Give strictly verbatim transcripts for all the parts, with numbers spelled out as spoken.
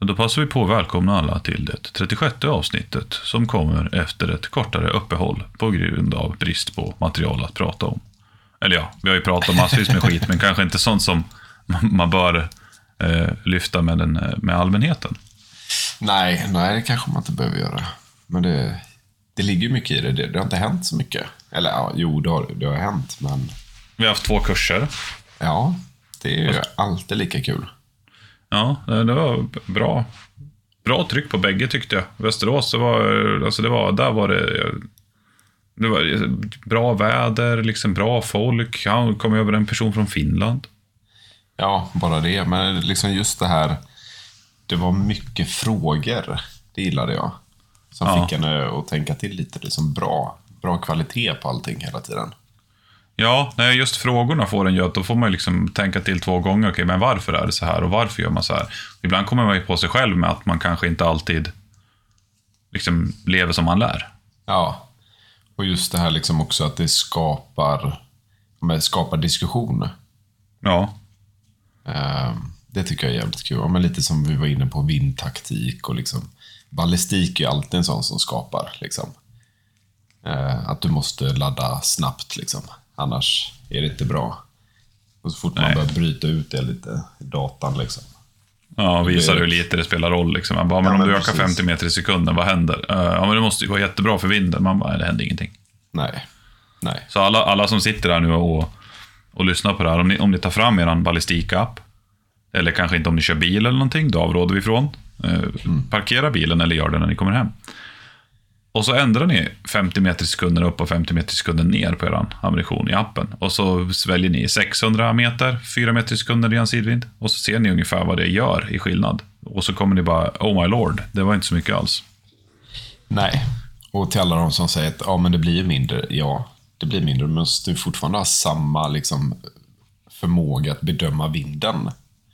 då passar vi på att välkomna alla till det trettiosjätte avsnittet som kommer efter ett kortare uppehåll på grund av brist på material att prata om. Eller ja, vi har ju pratat om massvis med skit, men kanske inte sånt som man bör eh, lyfta med, den, med allmänheten. Nej, nej, det kanske man inte behöver göra. Men det, det ligger mycket i det. det. Det har inte hänt så mycket. Eller ja, jo, det har, det har hänt, men... Vi har haft två kurser. Ja, det är ju alltid lika kul. Ja, det var bra. Bra tryck på bägge tyckte jag. Västerås, det var, alltså det var, där var det, det var bra väder, liksom bra folk. Han kom över en person från Finland. Ja, bara det. Men liksom just det här, det var mycket frågor. Det gillade jag. Som ja. fick henne att tänka till lite. Det är som bra, bra kvalitet på allting hela tiden. Ja, nej, just frågorna får en ju att då får man liksom tänka till två gånger. Okej, okay, men varför är det så här och varför gör man så här? Ibland kommer man ju på sig själv med att man kanske inte alltid liksom lever som man lär. Ja, och just det här liksom också att det skapar, det skapar diskussion. Ja. Det tycker jag är jävligt kul. Men lite som vi var inne på vindtaktik och liksom ballistik är ju alltid en sån som skapar liksom. Att du måste ladda snabbt liksom. Annars är det inte bra. Och så fort Nej. man börjar bryta ut det lite i datan liksom. Ja, visar hur lite det spelar roll liksom. Man bara, men ja, om men du ökar precis. femtio meter i sekunden, vad händer? Ja, men det måste ju gå jättebra för vinden. Man bara, det händer ingenting. Nej. Nej. Så alla, alla som sitter där nu och, och lyssnar på det här, om ni, om ni tar fram er ballistik-app, eller kanske inte om ni kör bil eller någonting, då avråder vi ifrån. Mm. Parkera bilen eller gör det när ni kommer hem. Och så ändrar ni femtio meter i sekunden upp och femtio meter i sekunden ner på er ammunition i appen. Och så väljer ni sexhundra meter, fyra meter i sekunden ren sidvind. Och så ser ni ungefär vad det gör i skillnad. Och så kommer ni bara, oh my lord, det var inte så mycket alls. Nej, och till alla de som säger att ja, men det blir mindre. Ja, det blir mindre, men du fortfarande har samma liksom, förmåga att bedöma vinden.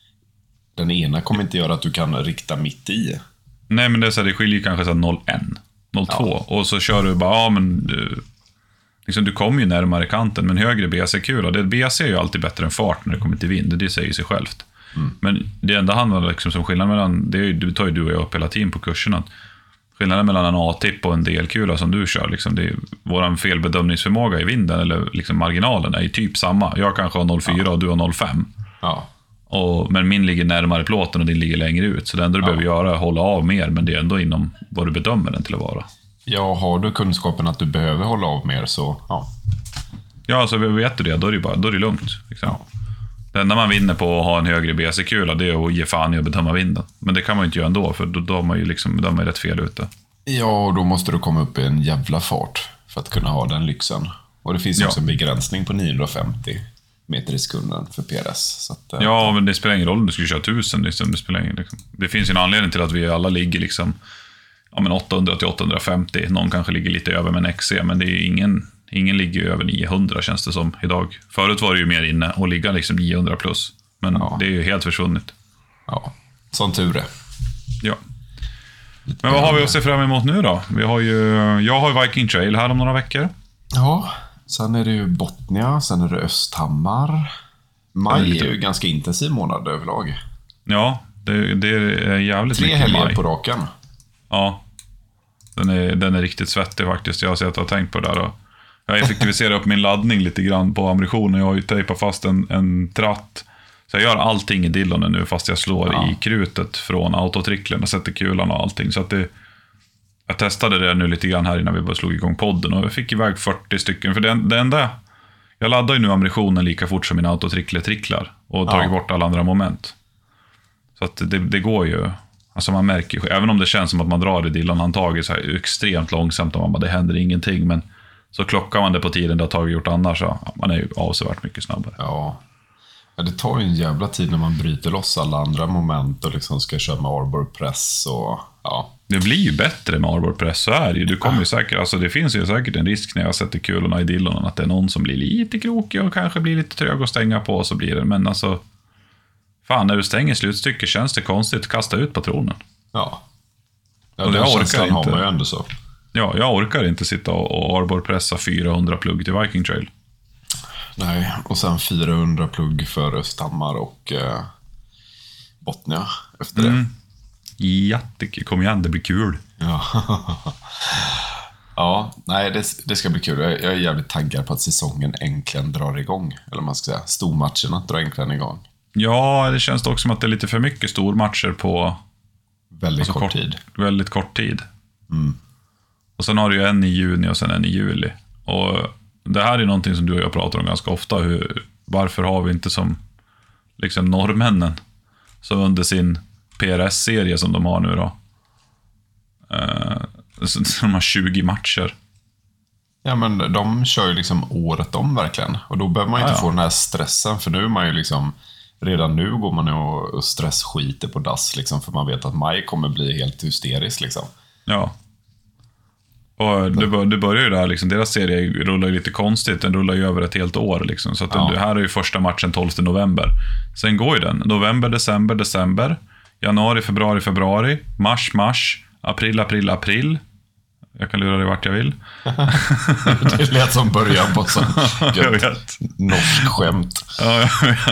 Den ena kommer inte göra att du kan rikta mitt i. Nej, men det, är så här, det skiljer kanske noll komma ett. noll komma två ja. Och så kör du bara, ja men du, liksom, du kommer ju närmare kanten, men högre B C-kula, det B C är ju alltid bättre än fart när det kommer till vind, det säger sig självt. Mm. Men det enda handlar liksom som skillnad mellan, det är, du tar ju du och jag upp hela tiden på kurserna, skillnaden mellan en A-tipp och en D L-kula som du kör, liksom, det är, våran felbedömningsförmåga i vinden eller liksom marginalen är ju typ samma. Jag kanske har noll komma fyra ja. och du har noll komma fem. Ja. Och, men min ligger närmare plåten och din ligger längre ut. Så det enda du ja. behöver göra är hålla av mer, men det är ändå inom vad du bedömer den till att vara. Ja, har du kunskapen att du behöver hålla av mer så, ja. Ja, alltså vet du det, då är det, bara, då är det lugnt. Liksom. Ja. Det enda man vinner på att ha en högre B C-kula, det är att ge fan i att bedöma vinden. Men det kan man ju inte göra ändå, för då, då är man ju liksom, då är man rätt fel ute. Ja, och då måste du komma upp i en jävla fart för att kunna ha den lyxen. Och det finns ja. också en begränsning på niohundrafemtio meter i sekunden för P R S. Så att, ja, men det spelar ingen roll om du skulle köra tusen. Liksom. Det, spelar ingen, liksom. Det finns ju en anledning till att vi alla ligger liksom, ja, men åttahundra till åttahundrafemtio. Någon kanske ligger lite över med en X C, men det är ingen, ingen ligger ju över niohundra känns det som idag. Förut var det ju mer inne och ligga liksom niohundra plus. Men ja. det är ju helt försvunnit. Ja, sån tur är. Ja. Men vad har vi att se fram emot nu då? Vi har ju, jag har ju Viking Trail här om några veckor. Ja, sen är det ju Botnia, sen är det Östhammar. Maj är ju ganska intensiv månad överlag. Ja, det, det är jävligt Tre mycket helger maj. på raken. Ja, den är, den är riktigt svettig faktiskt. Jag har sett och tänkt på det där. Och jag effektiviserar upp min laddning lite grann på ammunitionen. Jag har ju tejpat fast en, en tratt. Så jag gör allting i dillonen nu fast jag slår ja. i krutet från autotricklen och sätter kulan och allting. Så att det, jag testade det nu lite grann här innan vi bara slog igång podden och jag fick iväg fyrtio stycken. För det, det enda, jag laddar ju nu ammunitionen lika fort som min autotrickle tricklar och tagit ja. bort alla andra moment. Så att det, det går ju, alltså man märker ju, även om det känns som att man drar i dillonhandtaget så här extremt långsamt och man bara, det händer ingenting, men så klockar man det på tiden det har tagit gjort annars så ja, man är ju avsevärt mycket snabbare. Ja. Ja, det tar ju en jävla tid när man bryter loss alla andra moment och liksom ska köra med arbor press och ja. Det blir ju bättre med arbor press, så är det ju. Du kommer ju säkert, alltså det finns ju säkert en risk när jag sätter kulorna i dillonen att det är någon som blir lite krokig och kanske blir lite trög att stänga på och så blir det, men alltså fan, när du stänger slutstycket känns det konstigt, kasta ut patronen. Ja. Ja, och den jag känslan orkar har inte, man ju ändå så. Ja, jag orkar inte sitta och arbor pressa fyrahundra plugg till Viking Trail. Nej, och sen fyrahundra plugg för Östhammar och eh, Botnia efter det. Mm. Jättekul. Kom igen, det blir kul. Ja, ja nej, det, det ska bli kul. Jag, jag är jävligt taggad på att säsongen äntligen drar igång. Eller man ska säga, stormatcherna drar äntligen igång. Ja, det känns dock som att det är lite för mycket stormatcher på väldigt alltså kort, kort tid. Väldigt kort tid. Mm. Och sen har du ju en i juni och sen en i juli. Och det här är någonting som du och jag pratar om ganska ofta. Hur, varför har vi inte som liksom norrmännen som under sin P R S-serie som de har nu då. Eh, de har tjugo matcher. Ja, men de kör ju liksom året om verkligen. Och då behöver man ju inte ja, ja. få den här stressen. För nu är man ju liksom, redan nu går man och, och stressskiter på dass liksom. För man vet att maj kommer bli helt hysterisk liksom. Ja. Och det, bör, det börjar ju där liksom, deras serie rullar ju lite konstigt. Den rullar ju över ett helt år liksom. Så att ja. det här är ju första matchen tolfte november. Sen går ju den, november, december, december, januari, februari, februari, mars, mars, april, april, april. Jag kan lura dig vart jag vill. Det lät som början på så jag vet. Norsk skämt. Ja,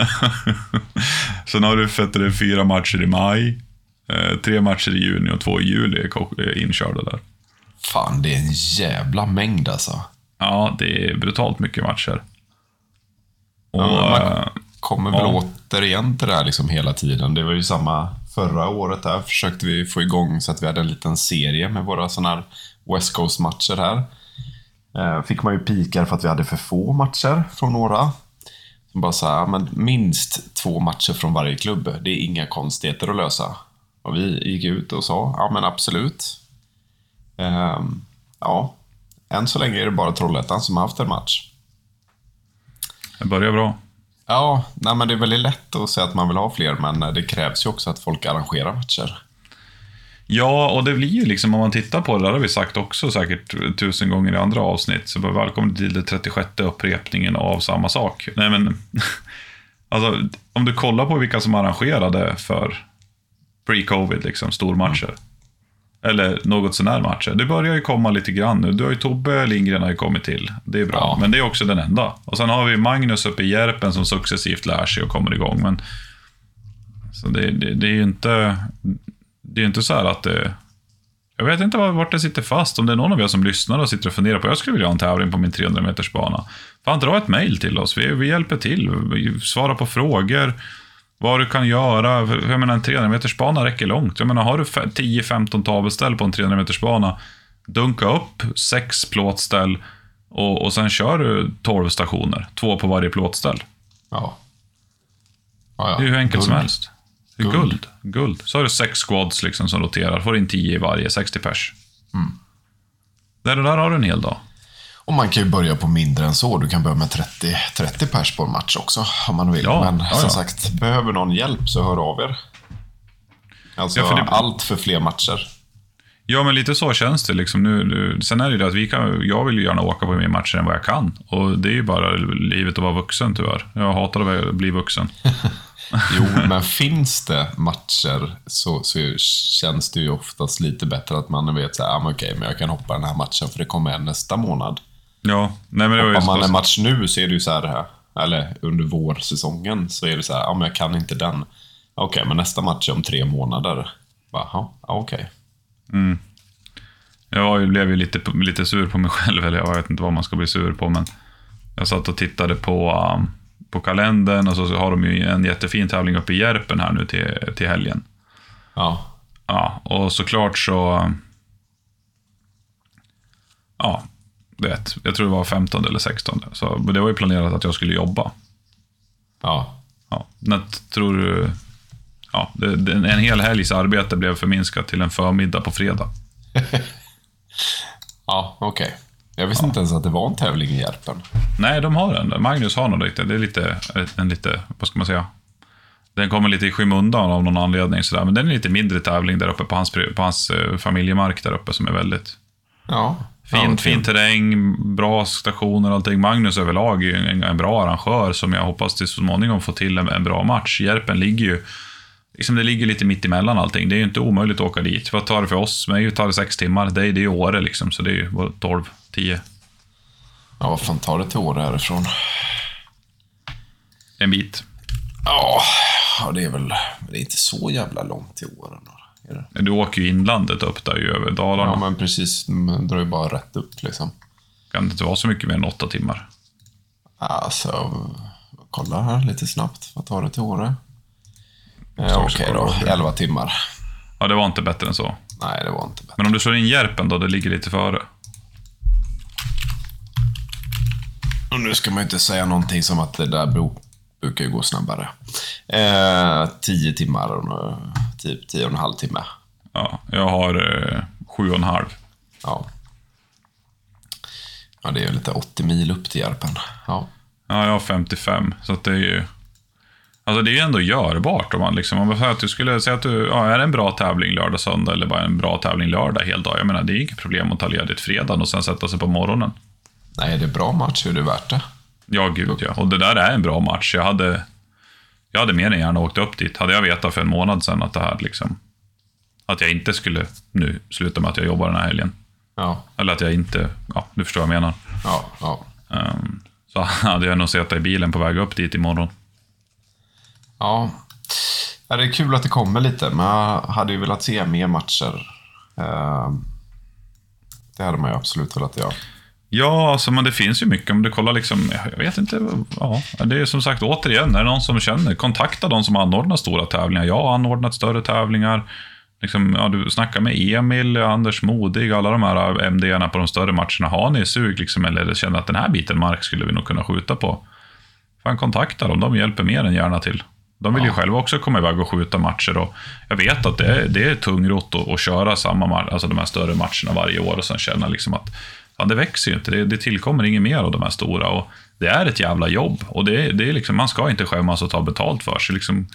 sen har du fett det fyra matcher i maj, eh, tre matcher i juni och två i juli är inkörda där. Fan, det är en jävla mängd alltså. Ja, det är brutalt mycket matcher. Och, ja, man kommer väl ja. återigen till det här liksom hela tiden. Det var ju samma förra året där. Försökte vi få igång så att vi hade en liten serie med våra sådana här West Coast-matcher här. Fick man ju pikar för att vi hade för få matcher från några. Som bara så här, men minst två matcher från varje klubb. Det är inga konstigheter att lösa. Och vi gick ut och sa, ja men absolut. Um, ja, än så länge är det bara Trollhättan som har haft en match. Det börjar bra. Ja, nej, men det är väldigt lätt att säga att man vill ha fler, men det krävs ju också att folk arrangerar matcher. Ja, och det blir ju liksom, om man tittar på det, där har vi sagt också säkert tusen gånger i andra avsnitt, så bara välkommen till det trettiosjätte upprepningen av samma sak. Nej men, alltså om du kollar på vilka som arrangerade för pre-covid liksom, stormatcher. Mm. Eller något sån här matcher. Det börjar ju komma lite grann nu. Du har ju Tobbe Lindgren har ju kommit till. Det är bra, ja. Men det är också den enda. Och sen har vi Magnus uppe i Järpen som successivt lär sig och kommer igång. Men så det, det, det är ju inte det är inte så här att det, jag vet inte vart det sitter fast. Om det är någon av er som lyssnar och sitter och funderar på, jag skulle vilja ha en tävling på min trehundra meters bana. Fan, dra ett mejl till oss. Vi, vi hjälper till. Vi svarar på frågor. Vad du kan göra. Jag menar, en trehundra meters bana räcker långt. Jag menar, har du tio femton tavelställ på en trehundra meters bana, dunka upp sex plåtställ och, och sen kör du tolv stationer. Två på varje plåtställ. Ja. Ja, ja. Det är ju enkelt guld. som helst. Det är guld. guld. guld. Så har du sex squads liksom som roterar. Får in tio i varje, sextio pers. Mm. Där och där har du en hel dag. Och man kan ju börja på mindre än så. Du kan börja med trettio, trettio pers på en match också om man vill. Ja, men ja, som ja. sagt, behöver någon hjälp så hör av er. Alltså ja, för det... allt för fler matcher. Ja, men lite så känns det liksom nu. nu sen är det ju det att vi kan, jag vill ju gärna åka på mer matcher än vad jag kan. Och det är ju bara livet att vara vuxen tyvärr. Jag hatar att bli vuxen. Jo, men finns det matcher så, så känns det ju oftast lite bättre att man vet så här, ah, okej, men jag kan hoppa den här matchen för det kommer en nästa månad. Ja, nej, men det var ju om man så... en match nu så är det ju så här, här eller under vårsäsongen så är det så här, ja ah, men jag kan inte den. Okej, okay, men nästa match är om tre månader. Jaha, okej. Okay. Mm. Jag blev ju lite, lite sur på mig själv, eller jag vet inte vad man ska bli sur på, men jag satt och tittade på, um, på kalendern och så har de ju en jättefin tävling uppe i Järpen här nu till, till helgen. Ja. Ja, och såklart så ja, vet, jag tror det var femtonde eller sextonde. Så det var ju planerat att jag skulle jobba. Ja. Ja, när tror du ja, det, det, en hel helgs arbete blev förminskat till en förmiddag på fredag. Ja, okej. Okay. Jag visste ja. inte ens att det var en tävling i Järpen. Nej, de har den. Magnus har något lite. Det är lite, en lite, vad ska man säga? Den kommer lite i skymundan av någon anledning sådär. Men den är lite mindre tävling där uppe på hans, på hans familjemark där uppe som är väldigt ja. fin, ja, fin terräng, bra stationer och allting. Magnus överlag är en, en bra arrangör som jag hoppas till så småningom få till en, en bra match. Järpen ligger ju liksom, det ligger lite mitt emellan allting. Det är ju inte omöjligt att åka dit. Vad tar det för oss? Men det tar det sex timmar. Det är det är Åre liksom, så det är ju tolv, tio. Ja, vad fan tar det till Åre härifrån? En bit. Ja, det är väl det är inte så jävla långt till Åre. Är det? Du åker ju inlandet upp där ju över Dalarna. Ja, men precis. Man drar ju bara rätt upp liksom. Kan det inte vara så mycket mer än åtta timmar? Alltså, kolla här lite snabbt. Vad tar det till Åre? Eh, Så Okej kolla. då, elva timmar. Ja, det var inte bättre än så. Nej, det var inte bättre. Men om du slår in Järpen då, det ligger lite före. Och nu ska man ju inte säga någonting som att det där bro brukar ju gå snabbare. Eh, tio timmar och eh, typ tio och en halv timme. Ja, jag har eh, sju och en halv. Ja. Ja, det är ju lite åttio mil upp till Järpen. Ja. Ja, jag har femtiofem. Så att det är ju... Alltså det är ju ändå görbart om man liksom... Om man säger att du skulle säga att du... Ja, är det en bra tävling lördag, söndag eller bara en bra tävling lördag hel dag? Jag menar, det är inget problem att ta ledigt fredag och sen sätta sig på morgonen. Nej, det är bra match. Hur är det värt det? Ja, gud ja. Och det där är en bra match. Jag hade... Jag hade mer än gärna åkt upp dit. Hade jag vetat för en månad sedan att det här liksom... Att jag inte skulle nu sluta med att jag jobbar den här helgen. Ja. Eller att jag inte... Ja, du förstår vad jag menar. Ja, ja. Um, så hade jag nog sett i bilen på väg upp dit imorgon. Ja. Ja, det är kul att det kommer lite, men jag hade ju velat se mer matcher. Eh, Det hade man ju absolut velat göra. Ja, alltså, men det finns ju mycket. Om du kollar liksom, jag vet inte, ja, det är som sagt återigen, är det någon som känner, kontakta de som anordnar stora tävlingar. Jag har anordnat större tävlingar. Liksom, ja, du snackar med Emil, Anders Modig, alla de här M D-erna på de större matcherna. Har ni sug liksom, eller känner att den här biten mark skulle vi nog kunna skjuta på? Fan, kontakta dem, de hjälper mer än gärna till. De vill ju ja. själva också komma iväg och skjuta matcher. Och jag vet att det är, det är tungrott att, att köra samma, alltså de här större matcherna varje år och sen känna liksom att ja, det växer ju inte, det, det tillkommer inget mer av de här stora. Och det är ett jävla jobb. Och det, det är liksom, man ska inte skämmas och ta betalt för sig. Liksom,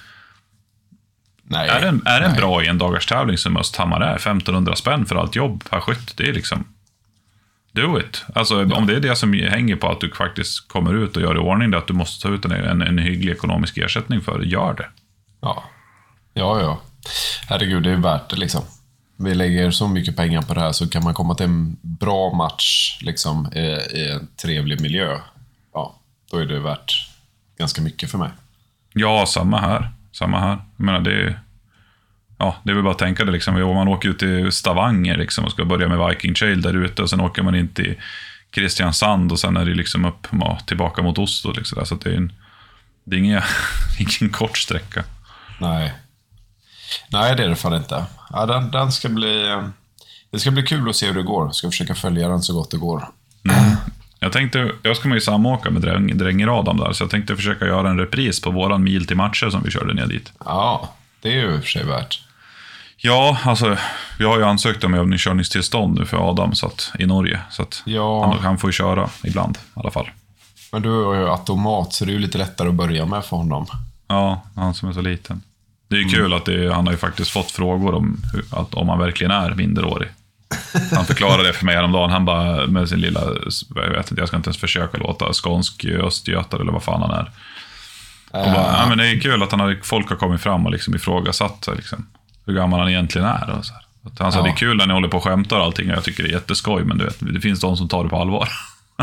nej, är en, är en nej. bra i en dagars tävling som Östhammar är, femtonhundra spänn för allt jobb per skytt, det är liksom do it. Alltså ja. Om det är det som hänger på att du faktiskt kommer ut och gör i ordning det, att du måste ta ut en, en, en hygglig ekonomisk ersättning för det, gör det. Ja, ja, ja. Herregud, det är värt det liksom. Vi lägger så mycket pengar på det här så kan man komma till en bra match liksom, i, i en trevlig miljö. Ja, då är det värt ganska mycket för mig. Ja, samma här. Samma här. Jag menar, det är, ja, det är väl bara att tänka det liksom. Om man åker ut till Stavanger liksom, och ska börja med Viking Trail där ute och sen åker man in till Kristiansand och sen är det liksom upp tillbaka mot Oslo liksom. Så det är, en, det är ingen, ingen kort sträcka. Nej. Nej, det är det fan inte. Ja, den, den ska bli... Det ska bli kul att se hur det går. Jag ska försöka följa den så gott det går. Mm. Jag tänkte, jag ska man ju samåka med dräng, Dränger Adam där, så jag tänkte försöka göra en repris på våran mil till matcher som vi körde ner dit. Ja, det är ju för sig värt. Ja, alltså, jag har ju ansökt om övningskörningstillstånd nu för Adam så att, i Norge, så att ja. han, han får ju köra ibland i alla fall. Men du har ju automat, så det är ju lite lättare att börja med för honom. Ja, han som är så liten. Det är ju mm. kul att det, han har ju faktiskt fått frågor om, att, om han verkligen är minderårig. Han förklarade det för mig häromdagen. Han bara med sin lilla, jag vet inte, jag ska inte ens försöka låta skånsk östgötare eller vad fan han är. Uh. Bara, ja, men det är kul att han har, folk har kommit fram och liksom ifrågasatt liksom, hur gammal han egentligen är. Och så här. Att han sa, ja. Det är kul när ni håller på och skämtar och allting. Och jag tycker det är jätteskoj, men du vet, det finns de som tar det på allvar.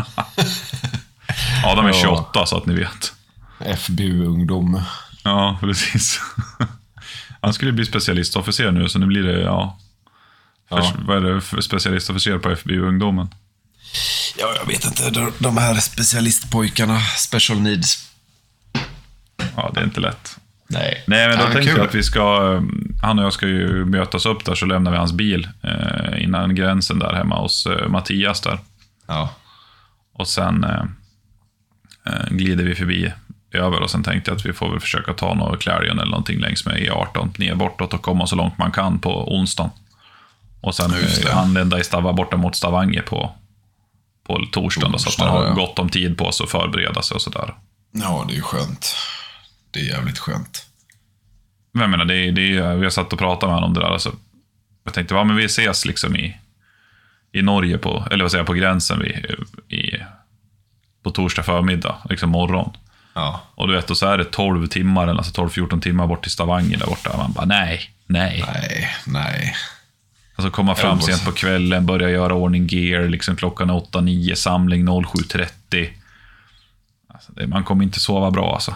Ja, de är tjugoåtta, så att ni vet. F B U-ungdom. Ja, precis. Han skulle bli specialistofficer nu, så nu blir det, ja... För, ja. Vad är det för specialistofficer på F B U-ungdomen? Ja, jag vet inte. De, de här specialistpojkarna, special needs. Ja, det är inte lätt. Nej. Nej, men då ja, tänkte kul. jag att vi ska... Han och jag ska ju mötas upp där, så lämnar vi hans bil eh, innan gränsen där hemma hos eh, Mattias där. Ja. Och sen eh, glider vi förbi över och sen tänkte jag att vi får väl försöka ta något Clarion eller någonting längs med E arton ner bortåt och komma så långt man kan på onsdagen. Och sen anlända i Stava, borta mot Stavanger på, på torsdagen, då, så att man har ja. gott om tid på sig att förbereda sig och sådär. Ja, det är ju skönt. Det är jävligt skönt. Men jag menar, det är, det är, vi har satt och pratat med honom om det där. Alltså, jag tänkte, ja, men vi ses liksom i, i Norge på, eller vad säger jag, på gränsen vi, i, på torsdag förmiddag, liksom morgon. Ja. Och du vet, och så är det tolv timmar, alltså tolv fjorton timmar bort till Stavanger där borta. Man bara, nej, nej. Nej, nej. Alltså komma fram sent på kvällen, börja göra ordning gear, liksom klockan åtta nio, samling noll sju trettio. Alltså det, man kommer inte sova bra alltså.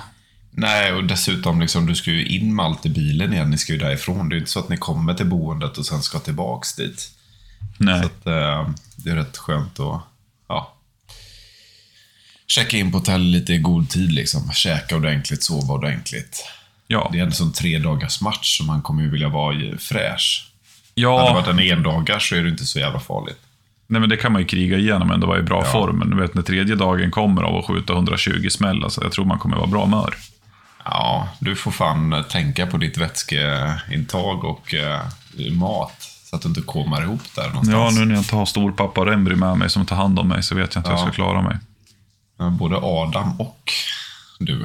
Nej, och dessutom liksom, du ska ju in med allt i bilen igen. Ni ska ju därifrån. Det är ju inte så att ni kommer till boendet och sen ska tillbaks dit. Nej. Så att, eh, det är rätt skönt att ja, checka in på hotell lite i god tid. Liksom. Käka ordentligt, sova ordentligt. Ja. Det är en sån tre dagars match så man kommer ju vilja vara fräsch. Ja. Hade det varit en endagars så är det inte så jävla farligt. Nej, men det kan man ju kriga igenom ändå vara i bra Ja. form. Men du vet, när tredje dagen kommer av att skjuta hundratjugo smäll, alltså, jag tror man kommer vara bra mör. Ja, du får fan tänka på ditt vätskeintag och eh, mat. Så att du inte kommer ihop där någonstans. Ja, nu när jag inte har storpappa Rembry med mig som tar hand om mig så vet jag inte hur Ja. jag ska klara mig. Både Adam och du.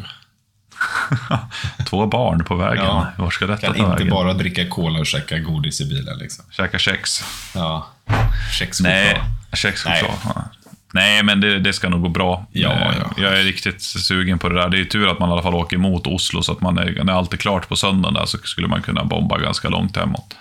Två barn på vägen. Ja. Var ska detta Kan ta inte vägen? bara dricka cola och käka godis i bilen liksom. Käka kex. Ja. Kexchoklad. Nej, kexchoklad. Ja. Nej, men det, det ska nog gå bra. Ja, Eh, ja. Jag är riktigt sugen på det där. Det är ju tur att man i alla fall åker mot Oslo så att man är, när allt är klart på söndagen där så skulle man kunna bomba ganska långt hemåt.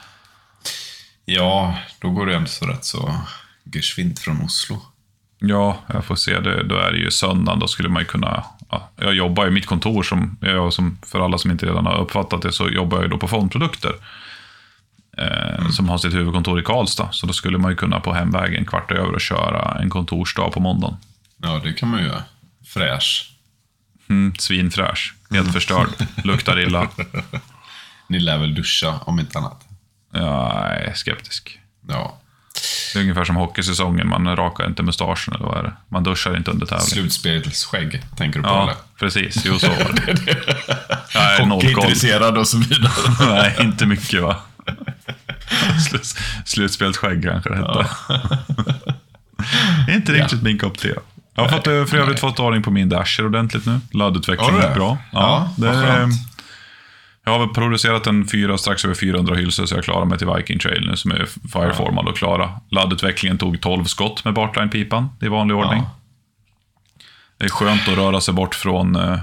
Ja, då går det ändå så rätt så geschwint från Oslo. Ja, jag får se det. Då är det ju söndagen. Då skulle man ju kunna... Ja, jag jobbar i mitt kontor som, jag, som... För alla som inte redan har uppfattat det så jobbar jag då på Fondprodukter. Eh, mm. Som har sitt huvudkontor i Karlstad. Så då skulle man ju kunna på hemvägen kvart över och köra en kontorsdag på måndagen. Ja, det kan man ju göra. Fräsch. Mm, svinfräsch. Helt förstörd. Luktar illa. Ni lär väl duscha om inte annat. Jag är skeptisk. Ja. Det är ungefär som hockeysäsongen. Man rakar inte mustaschen eller vad är det? Man duschar inte under tävling. Slutspelsskägg, tänker du på Ja, eller? precis. Jo, så var det. Jag är noll koll. Hockeyintresserad och så vidare. Nej, inte mycket va? Slut, slutspelt skägg kanske det hette. Ja. Inte riktigt ja. Min kopp te. Jag har fått, för övrigt fått ordning på min dasher ordentligt nu. Laddutvecklingen är bra. Ja, ja, det är, jag har väl producerat en fyra, strax över fyrahundra hylsor så jag klarar mig till Viking Trail nu som är fireformad och klara. Laddutvecklingen tog tolv skott med Bartline-pipan i vanlig ordning. Ja. Det är skönt att röra sig bort från, eh,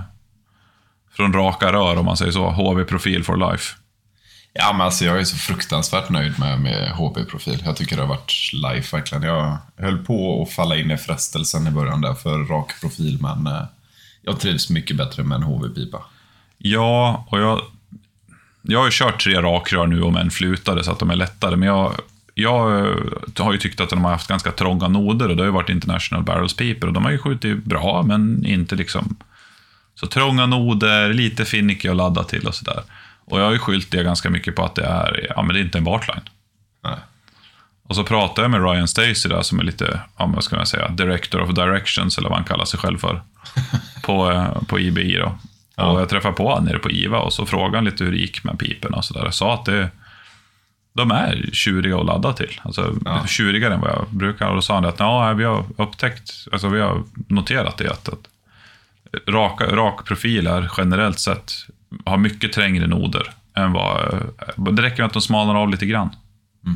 från raka rör om man säger så. H V-profil for life. Ja, men alltså jag är så fruktansvärt nöjd med, med H B-profil. Jag tycker det har varit life verkligen. Jag höll på att falla in i frestelsen i början där för rak profil, men eh, jag trivs mycket bättre med en H V-pipa. Ja, och jag, jag har ju kört tre rakrör nu om en flutade så att de är lättare, men jag, jag har ju tyckt att de har haft ganska trånga noder och det har ju varit International Barrels piper och de har ju skjutit bra, men inte liksom så trånga noder, lite finicky att ladda till och sådär. Och jag har ju skyllt det ganska mycket på att det är, ja men det är inte en Bartline. Nej. Och så pratade jag med Ryan Stacy där som är lite, ja vad ska man säga, Director of Directions eller vad han kallar sig själv för. på, på I B I då. Ja. Och jag träffade på han nere på I V A och så frågade han lite hur det gick med piperna och sådär. Jag sa att det, de är tjuriga att ladda till. Alltså ja. Tjurigare än vad jag brukar. Och då sa han att ja, vi har upptäckt, alltså vi har noterat det att, att raka, rak profiler generellt sett har mycket trängre noder än vad, det räcker med att de smalnar av lite grann. Mm.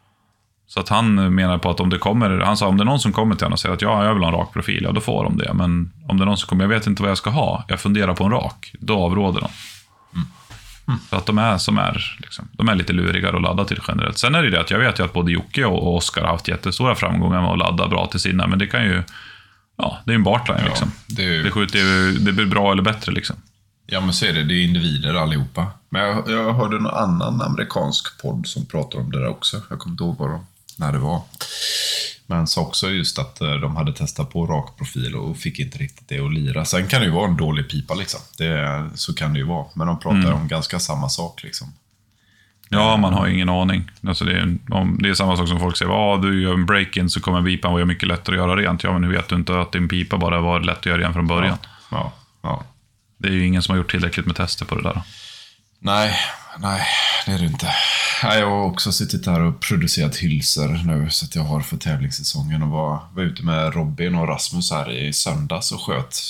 Så att han menar på att om det kommer, han sa om det är någon som kommer till honom och säger att ja, jag vill ha en rak profil, ja då får de det. Men om det är någon som kommer, jag vet inte vad jag ska ha, jag funderar på en rak, då avråder de. Mm. Mm. För att de är som är, liksom, de är lite lurigare att ladda till generellt. Sen är det det att jag vet ju att både Jocke och Oskar har haft jättestora framgångar med att ladda bra till sina, men det kan ju, ja, det är en Bartline ja, liksom. Det, är ju... det, skjuter, det blir bra eller bättre liksom. Ja, men så är det. Det är individer allihopa. Men jag, jag hörde någon annan amerikansk podd som pratar om det där också. Jag kommer inte ihåg vad de, när det var. Men sa också just att de hade testat på rak profil och fick inte riktigt det att lira. Sen kan det ju vara en dålig pipa liksom. Det, så kan det ju vara. Men de pratar mm. om ganska samma sak liksom. Ja, man har ingen aning. Alltså det, är, om, det är samma sak som folk säger. Ja, du gör en break-in så kommer pipan vara mycket lättare att göra rent. Ja, men nu vet du inte att din pipa bara var lätt att göra rent från början. Ja, ja, ja. Det är ju ingen som har gjort tillräckligt med tester på det där. Nej, nej, det är det inte. Jag har också suttit här och producerat hylsor nu så att jag har för tävlingssäsongen och var, var ute med Robin och Rasmus här i söndags och sköt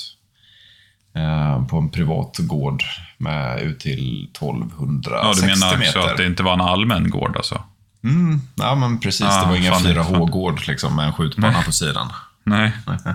eh, på en privat gård med ut till tolvhundrasextio meter. Ja, du menar också meter. Att det inte var en allmän gård alltså? Mm, ja men precis, ah, det var ingen fyra H-gård liksom med en skjutbana Nej. på sidan. Nej.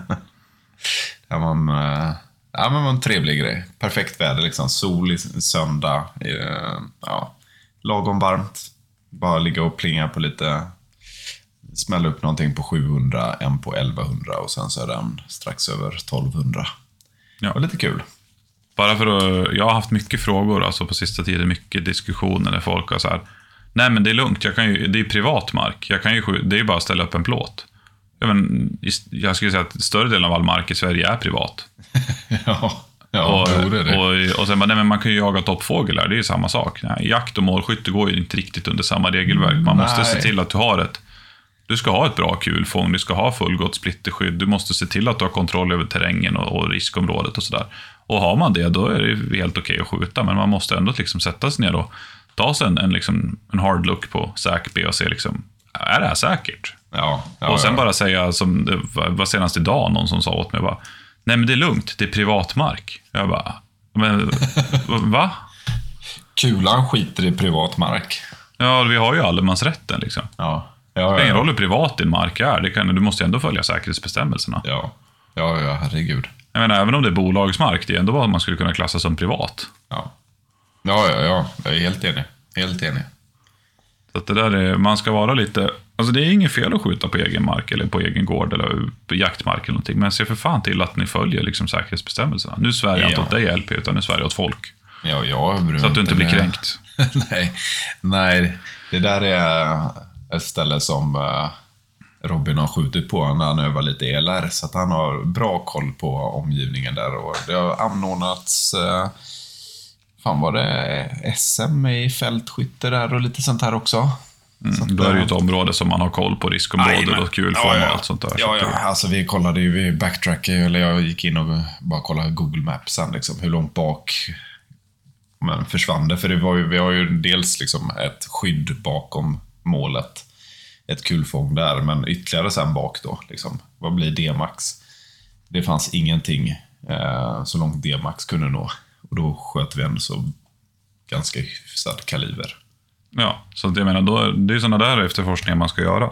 Där man... Eh, Ja, men det var en trevlig grej. Perfekt väder liksom. Sol i söndag. Ja, lagom varmt. Bara ligga och plinga på lite. Smälla upp någonting på sjuhundra, en på elvahundra och sen så är den strax över tolvhundra. Ja. Det var lite kul. Bara för att, jag har haft mycket frågor alltså på sista tiden, mycket diskussioner där folk har så här, nej men det är lugnt, jag kan ju, det är privat mark, jag kan ju, det är ju bara att ställa upp en plåt. Ja, men, jag skulle säga att större delen av all mark i Sverige är privat. ja, ja och, det är det. Och, och sen bara, nej men man kan ju jaga toppfågel här, det är ju samma sak. Nej, jakt och målskytte går ju inte riktigt under samma regelverk. Man måste nej. se till att du har ett, du ska ha ett bra kulfång, du ska ha fullgott splitterskydd, du måste se till att du har kontroll över terrängen och, och riskområdet och sådär. Och har man det, då är det helt okej att skjuta, men man måste ändå liksom sätta sig ner och ta sig en, en, liksom, en hard look på säk B och se liksom, är det här säkert? Ja, ja, och sen ja. bara säga, som det var senast idag, någon som sa åt mig bara, nej men det är lugnt, det är privatmark. Jag bara, men va? Kulan skiter i privat mark. Ja, vi har ju allemansrätten liksom. Ja. Ja, ja, Det är ingen ja. roll hur privat din mark är, det kan, du måste ändå följa säkerhetsbestämmelserna. Ja, ja, ja herregud. Jag menar, även om det är bolagsmark, det är ändå vad man skulle kunna klassa som privat. Ja, ja, ja, ja. Jag är helt enig. Helt enig. Så att det där är, man ska vara lite, alltså det är inget fel att skjuta på egen mark eller på egen gård eller på jaktmark eller någonting, men se för fan till att ni följer liksom säkerhetsbestämmelserna. Nu svär jag inte Ja. åt dig L P, utan nu svär jag åt folk. Ja, jag Så att du inte blir med. kränkt. nej, nej, det där är ett ställe som uh, Robin har skjutit på när han övar lite E L R, så att han har bra koll på omgivningen där, och det har anordnats uh, fan var det S M i fältskytte där och lite sånt här också. Mm, så att, då är det ju ett område som man har koll på, riskområden och kulfång ja, ja. och allt sånt där. Ja, Så ja. att- Alltså vi kollade ju, vi backtrackade ju, eller jag gick in och bara kollade Google Maps sen, liksom, hur långt bak men försvann det. För det var ju, vi har ju dels liksom ett skydd bakom målet, ett kulfång där, men ytterligare sen bak då, liksom, vad blir D-max? Det fanns ingenting eh, så långt D-max kunde nå, och då sköt vi ändå så ganska hyfsad kaliber. Ja, så att jag menar, då, det är sådana där efterforskningar man ska göra.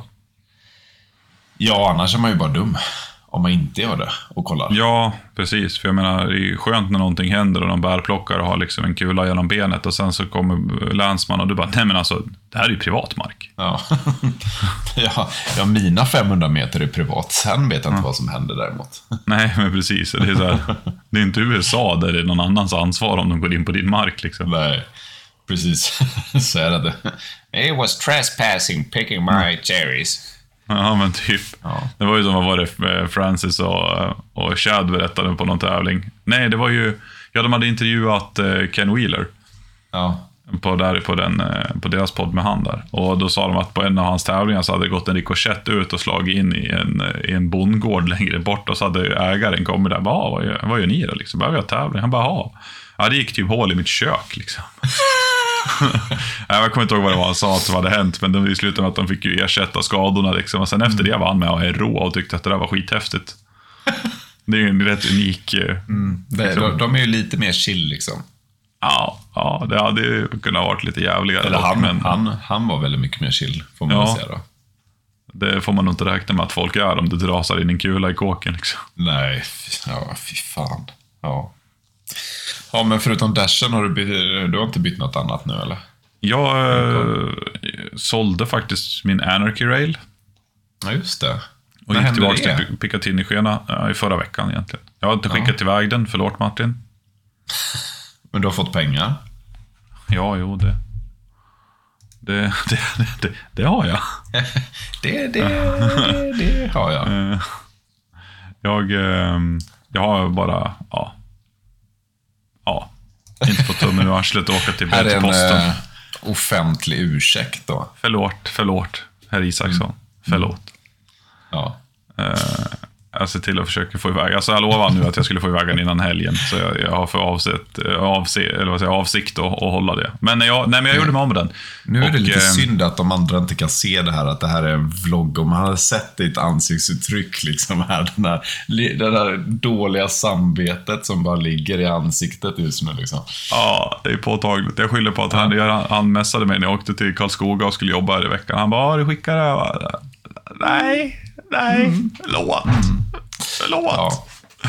Ja, annars är man ju bara dum om man inte gör det och kollar. Ja, precis. För jag menar, det är skönt när någonting händer och de bärplockar och har liksom en kula genom benet och sen så kommer länsman och du bara, nej men alltså, det här är ju privatmark. Ja. ja, ja, mina femhundra meter är privat. Sen vet jag inte vad som händer däremot. Nej, men precis. Det är, så här, det är inte U S A där det är någon annans ansvar om de går in på din mark liksom. Nej, precis. Så är det. It was trespassing, picking my cherries. Ja, men typ. Ja. Det var ju som var det Francis och, och Chad berättade på någon tävling. Nej, det var ju, ja, de hade intervjuat Ken Wheeler Ja. på, där, på, den, på deras podd med han där. Och då sa de att på en av hans tävlingar så hade det gått en rikoschett ut och slagit in i en, i en bondgård längre bort, och så hade ägaren kommit där. Bara, vad gör, vad gör ni då? Liksom, behöver jag tävling? Han bara, ja. Ja, det gick typ hål i mitt kök liksom. Jag kommer inte ihåg vad det var han sa att det hade hänt, men det slutade med att de fick ju ersätta skadorna liksom. Och sen efter det var han med och är rå och tyckte att det där var skithäftigt. Det är ju en rätt unik Mm. Det, de, de är ju lite mer chill liksom. ja, ja, det hade ju kunnat varit lite jävligare. Eller han, men han, han var väldigt mycket mer chill, får man Ja. väl säga då. det får man nog inte räkna med att folk är om det rasar in en kula i kåken liksom. Nej, fy- ja, fy fan. Ja. Ja, men förutom dashen har du, bytt, du har inte bytt något annat nu, eller? Jag eh, sålde faktiskt min Anarchy Rail Ja, just det. och När gick hände tillbaka det? till Picatinny-skena ja, i förra veckan egentligen. Jag har inte skickat iväg den, förlåt Martin. Men du har fått pengar? Ja, jo, det det, det, det, det har jag. det, det, det, det har jag. Eh, Jag, eh, jag har bara, ja, ja, inte fått tummen ur arslet och åka till Här är en posten. eh, offentlig ursäkt då. Förlåt, förlåt, herr Isaksson. Förlåt. Ja. Eh, jag ser till att försöka få iväg. Alltså jag lovade nu att jag skulle få iväg den innan helgen. Så jag, jag har för avsikt, avse, eller vad säger, jag, avsikt att, att hålla det. Men jag, nej, men jag gjorde mig av med den. Nu är det Och, lite eh, synd att de andra inte kan se det här, att det här är en vlogg. Om man hade sett ditt ansiktsuttryck liksom här, den här, det där dåliga samvetet som bara ligger i ansiktet just nu liksom. Ja, det är påtagligt. Jag skyller på att han, han, han messade mig när jag åkte till Karlskoga och skulle jobba här i veckan. Han bara, du skickar det här? Nej, nej, mm. förlåt. Mm. Förlåt. Ja.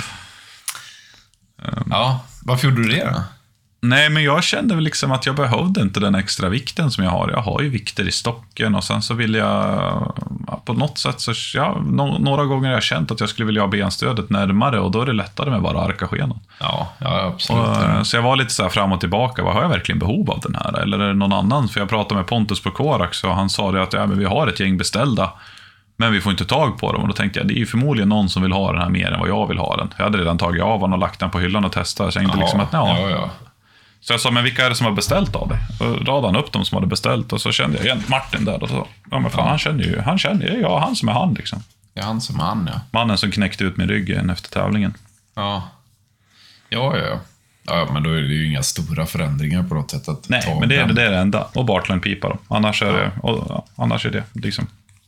Ja, varför gjorde du det då? Nej, men jag kände väl liksom att jag behövde inte den extra vikten som jag har. Jag har ju vikter i stocken och sen så vill jag på något sätt så, ja, no, några gånger har jag känt att jag skulle vilja ha benstödet närmare och då är det lättare med bara arka-skenan. Ja, ja absolut. Och, så jag var lite så här fram och tillbaka, vad har jag verkligen behov av den här? Eller är det någon annan? För jag pratade med Pontus på Korax och han sa det att ja, men vi har ett gäng beställda, men vi får inte tag på dem. Och då tänkte jag, det är ju förmodligen någon som vill ha den här mer än vad jag vill ha den. Jag hade redan tagit av den och lagt den på hyllan och testat. Så jag tänkte liksom att, ja. ja, ja. Så jag sa, men vilka är det som har beställt av dig? Och radade han upp dem som hade beställt och så kände jag igen Martin där och så, ja men fan, ja. han känner ju, han känner ju, ja, han som är han liksom. Ja, han som är han, ja. Mannen som knäckte ut min ryggen efter tävlingen. Ja. Ja, ja, ja. Ja, men då är det ju inga stora förändringar på något sätt att Nej, ta men det är, den. det är det enda. Och Bartline-pipa då. Annars är, ja. det, och, ja, annars är det liksom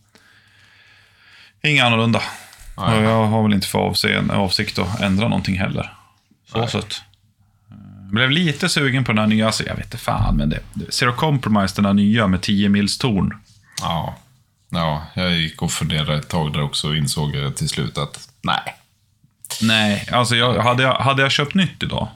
inga annorlunda. Ja, ja. Och jag har väl inte för avseende, avsikt att ändra någonting heller. Så sett. Jag blev lite sugen på den här nya, så jag vet inte fan, men det, Zero Compromise, den här nya med tio mils torn. Ja. Ja, jag gick och funderade ett tag där också och insåg till slut att nej. Nej, alltså jag, hade, jag, hade jag köpt nytt idag,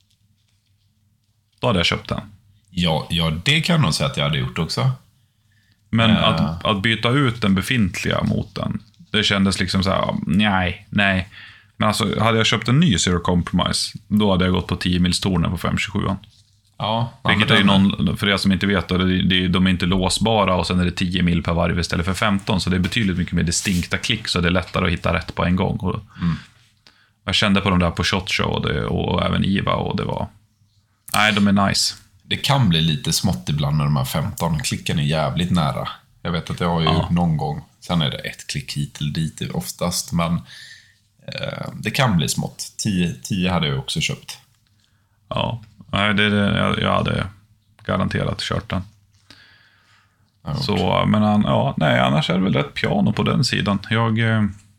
då hade jag köpt den. Ja, ja, det kan jag nog säga att jag hade gjort också. Men äh... att, att byta ut den befintliga mot den, det kändes liksom så här, nej, nej. Men alltså, hade jag köpt en ny Zero Compromise, då hade jag gått på tio mils tornen på fem tjugosju. Ja, vilket är ju någon, för er som inte vet, det, det, de är inte låsbara och sen är det tio mil per varv istället för femton, så det är betydligt mycket mer distinkta klick, så det är lättare att hitta rätt på en gång. Och mm. Jag kände på de där på Shot Show och, det, och även IVA och det var, nej, de är nice. Det kan bli lite smått ibland med de här femton, klicken är jävligt nära. Jag vet att jag har ju ja. någon gång, sen är det ett klick hit eller dit oftast, men eh, det kan bli smått. tio hade jag också köpt. Ja. Nej, det, det, jag, jag hade garanterat kört den. Ja, så, men han, ja, nej, annars är det väl rätt piano på den sidan. Jag eh,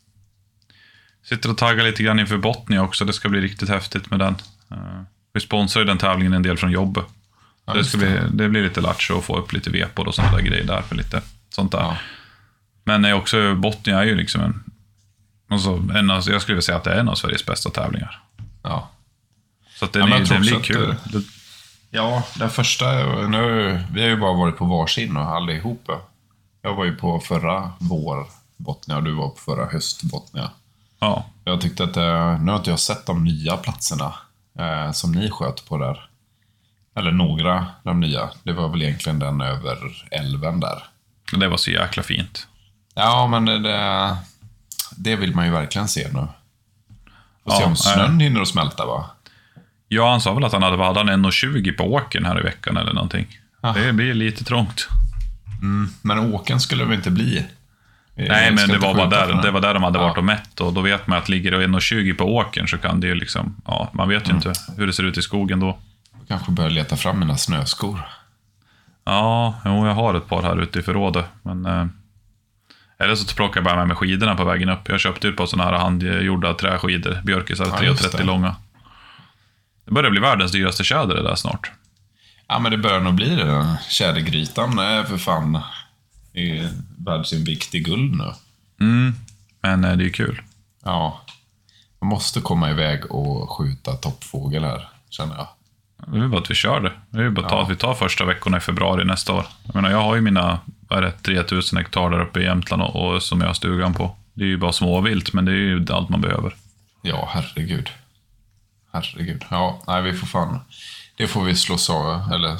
sitter och taggar lite grann inför Botnia också. Det ska bli riktigt häftigt med den. Eh, vi sponsrar ju den tävlingen en del från jobbet. Ja, det, ska bli, det blir lite lattjo att få upp lite vepor och sådana där grejer där för lite sånt där. Ja. Men är också, Botnia är ju liksom en, alltså, en av, jag skulle vilja säga att det är en av Sveriges bästa tävlingar. Ja. Så att den, ja, är, den blir kul. Det, ja, den första, nu, vi har ju bara varit på varsin och allihopa. Jag var ju på förra vår Botnia och du var på förra höst Botnia. Ja. Jag tyckte att, nu har inte jag sett de nya platserna eh, som ni sköt på där. Eller några, de nya. Det var väl egentligen den över älven där. Det var så jäkla fint. Ja, men det, det vill man ju verkligen se nu. Och se ja, om snön hinner att smälta, va? Ja, han sa väl att han hade varit en tjugo på åken här i veckan eller någonting. Ah. Det blir lite trångt. Mm, men åken skulle det väl inte bli? Nej, men det var bara där, det var där de hade ja. varit och mätt. Och då vet man att ligger det en tjugo på åken så kan det ju liksom, ja, man vet ju mm. inte hur det ser ut i skogen då. Jag kanske börjar leta fram mina snöskor. Ja, jo, jag har ett par här ute i förrådet. Men eh, eller så plockar jag bara med mig skidorna på vägen upp. Jag köpte ut på sådana här handgjorda träskidor, björkisar, ja, tre trettio långa. Det börjar bli världens dyraste tjäder det där snart. Ja, men det börjar nog bli det. Tjädergrytan är för fan är värd sin vikt i guld nu. Mm, men det är ju kul. Ja, man måste komma iväg och skjuta toppfågel här, känner jag. Det är bara att vi kör det. Det är bara ja. att vi tar första veckorna i februari nästa år. Jag menar, jag har ju mina vad är det, tre tusen hektar där uppe i Jämtland och, och som jag har stugan på. Det är ju bara småvilt, men det är ju allt man behöver. Ja, herregud. Herregud. Ja, nej, vi får fan... Det får vi slå så, eller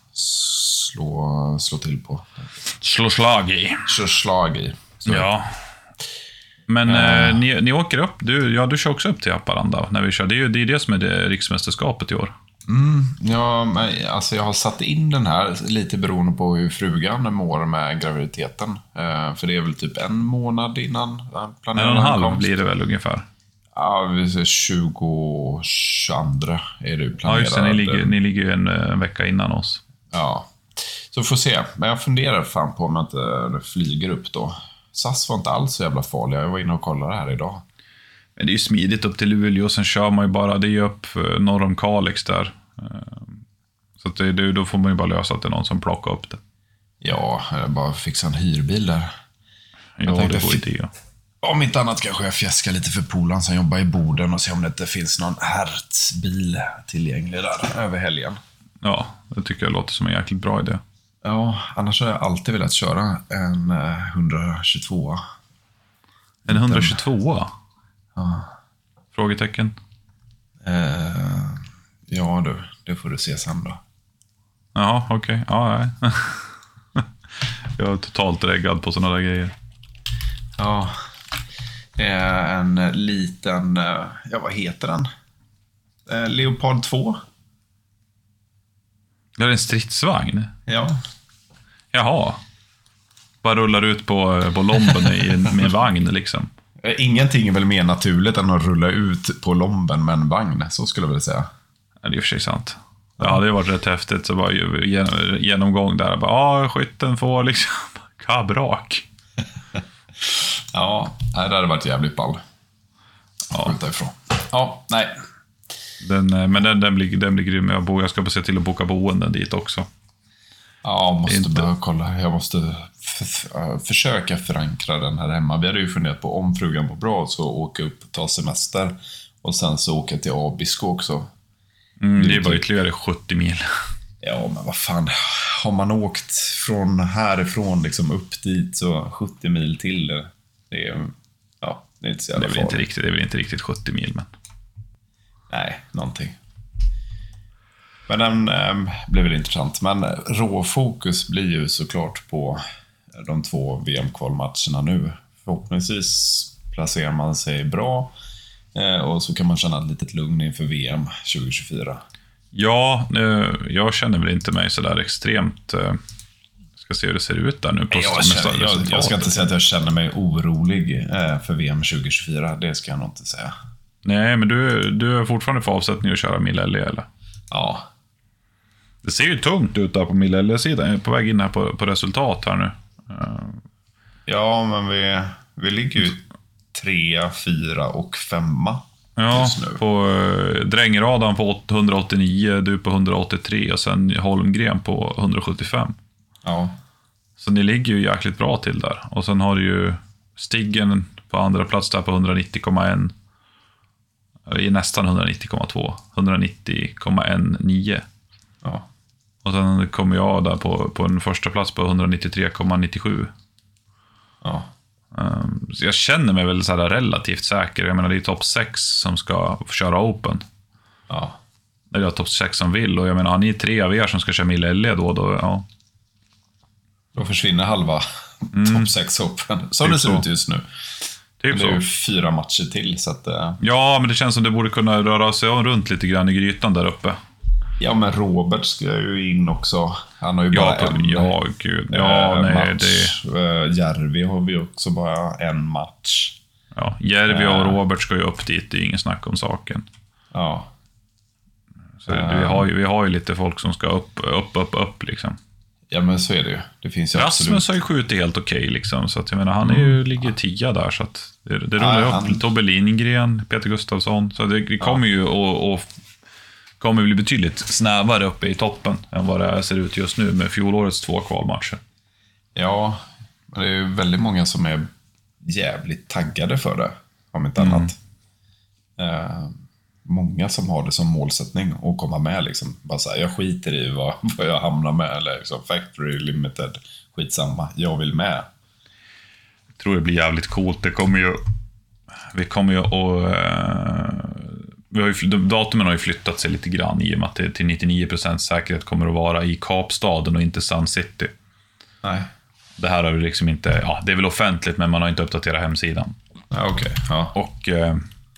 slå, slå till på. Slå slag i. Slå slag i. Så. Ja. Men äh. eh, ni, ni åker upp, du, ja, du kör också upp till Haparanda när vi kör. Det är ju det, är det som är det riksmästerskapet i år. Mm, ja, men, alltså jag har satt in den här lite beroende på hur frugan mår med graviditeten. Eh, för det är väl typ en månad innan planerad en och en halv ankomst. Blir det väl ungefär. Ja, vi ser tjugo tjugoandra är det planerat. Ja, just det, ni ligger, ni ligger en, en vecka innan oss. Ja, så får se. Men jag funderar fan på om jag inte flyger upp då. S A S var inte alls så jävla farliga. Jag var inne och kollade här idag. Men det är ju smidigt upp till Luleå. Sen kör man ju bara, det är ju upp norr om Kalix där. Så att det, då får man ju bara lösa att det är någon som plockar upp det. Ja, jag bara fixa en hyrbil där. Ja, jag tänkte, det går idé. Om inte annat kanske jag fjäskar lite för Polan som jobbar i Boden och se om det inte finns någon Hertz-bil tillgänglig där över helgen. Ja, det tycker jag låter som en jäkligt bra idé. Ja, annars har jag alltid velat köra en eh, etthundratjugotvå. En etthundratjugotvå? Ja. Frågetecken. Eh, ja du, det får du se sen då. Ja, okej. Okay. Ja, nej. Jag är totalt reggad på sådana där grejer. Ja, det är en liten, eh, ja vad heter den? Eh, Leopard två. Det är en stridsvagn? Ja. Jaha. Bara rullar ut på, på lomben i en, med en vagn liksom. Ingenting är väl mer naturligt än att rulla ut på lomben med en vagn, så skulle jag vilja säga. Ja, det är i och för sig sant. Ja, det hade varit rätt häftigt. Så bara genomgång där. Ja, skytten får liksom kabrak. Ja, det hade varit jävligt ball. Ja. Skjuta ifrån. Ja, nej. Den, men den, den, blir, den blir grym. Jag, bo, jag ska se till att boka boenden dit också. Ja, måste Inte. bara kolla. Jag måste f- f- försöka förankra den här hemma. Vi hade ju funderat på om frugan mår bra så åka upp och ta semester. Och sen så åka till Abisko också. Mm, det är bara ytterligare sjuttio mil. Ja, men vad fan. Har man åkt från härifrån liksom upp dit så sjuttio mil till det. Det är, ja, det är inte så jävla Det är väl inte farligt. riktigt, det är väl inte riktigt sjuttio mil, men... Nej, någonting. Men den eh, blir väl intressant. Men råfokus blir ju såklart på de två V M-kvalmatcherna nu. Förhoppningsvis placerar man sig bra. Eh, och så kan man känna ett litet lugn inför V M tjugohundratjugofyra. Ja, nu, jag känner väl inte mig sådär extremt... Eh, ska se hur det ser ut där nu. På Jag, känner, jag, jag ska inte säga att jag känner mig orolig eh, för V M tjugohundratjugofyra. Det ska jag nog inte säga. Nej, men du, du är fortfarande för avsättning att köra Millelli, eller? Ja. Det ser ju tungt ut där på Millelli-sidan. Jag är på väg in här på, på resultat här nu. Uh, Ja, men vi, vi ligger ju trea, fyra och femma ja, just nu. på uh, Drängeradan på etthundraåttionio, du på etthundraåttiotre och sen Holmgren på etthundrasjuttiofem. Ja. Så ni ligger ju jäkligt bra till där. Och sen har du ju Stiggen på andra plats där på etthundranittio komma ett. I nästan etthundranittio komma två. etthundranittio komma nio. Ja. Och sen kommer jag där på, på en första plats på etthundranittiotre komma nittiosju. Ja. Um, så jag känner mig väl så här relativt säker. Jag menar, det är topp sex som ska köra Open. Ja. Eller det är topp sex som vill. Och jag menar, har ni tre av er som ska köra Millelli då, då, ja. Då försvinner halva Mm. topp sex Open. Som Typ det ser så. ut just nu. Typ Det är ju så. fyra matcher till. Så att, eh, Ja, men det känns som det borde kunna röra sig om runt lite grann i grytan där uppe. ja, men Robert ska ju in också. Han har ju Ja, bara på, en ja gud. Ja, eh, nej, match. det... Eh, Järvi har vi också bara en match. Ja, Järvi och Äh. Robert ska ju upp dit, det är ingen snack om saken. Ja. Så Äh. vi, har ju, vi har ju lite folk som ska upp, upp, upp, upp liksom. Ja, men så är det ju. Det finns ju absolut. Rasmus har ju skjutit helt okej liksom, så att jag menar, han är ju, ligger tia där, så att det, det rullar Ja, upp. han- Tobbe Lindgren, Peter Gustafsson, så det, det kommer ju och, och kommer bli betydligt snävare uppe i toppen än vad det ser ut just nu med fjolårets två kvalmatcher. Ja, men det är ju väldigt många som är jävligt taggade för det, om inte Mm. annat. Eh, många som har det som målsättning att komma med. Liksom. Bara så här, jag skiter i vad, vad jag hamnar med. Eller liksom, Factory Limited, skitsamma. Jag vill med. Jag tror det blir jävligt coolt. Det kommer ju... Vi kommer ju att... Uh, vi har ju, datumen har ju flyttat sig lite grann i och med att det till nittionio procent säkerhet kommer att vara i Kapstaden och inte Sun City. Nej. Det här har vi liksom inte... Ja, det är väl offentligt, men man har inte uppdaterat hemsidan. Ja, okej. Okay. Ja. Och... Uh,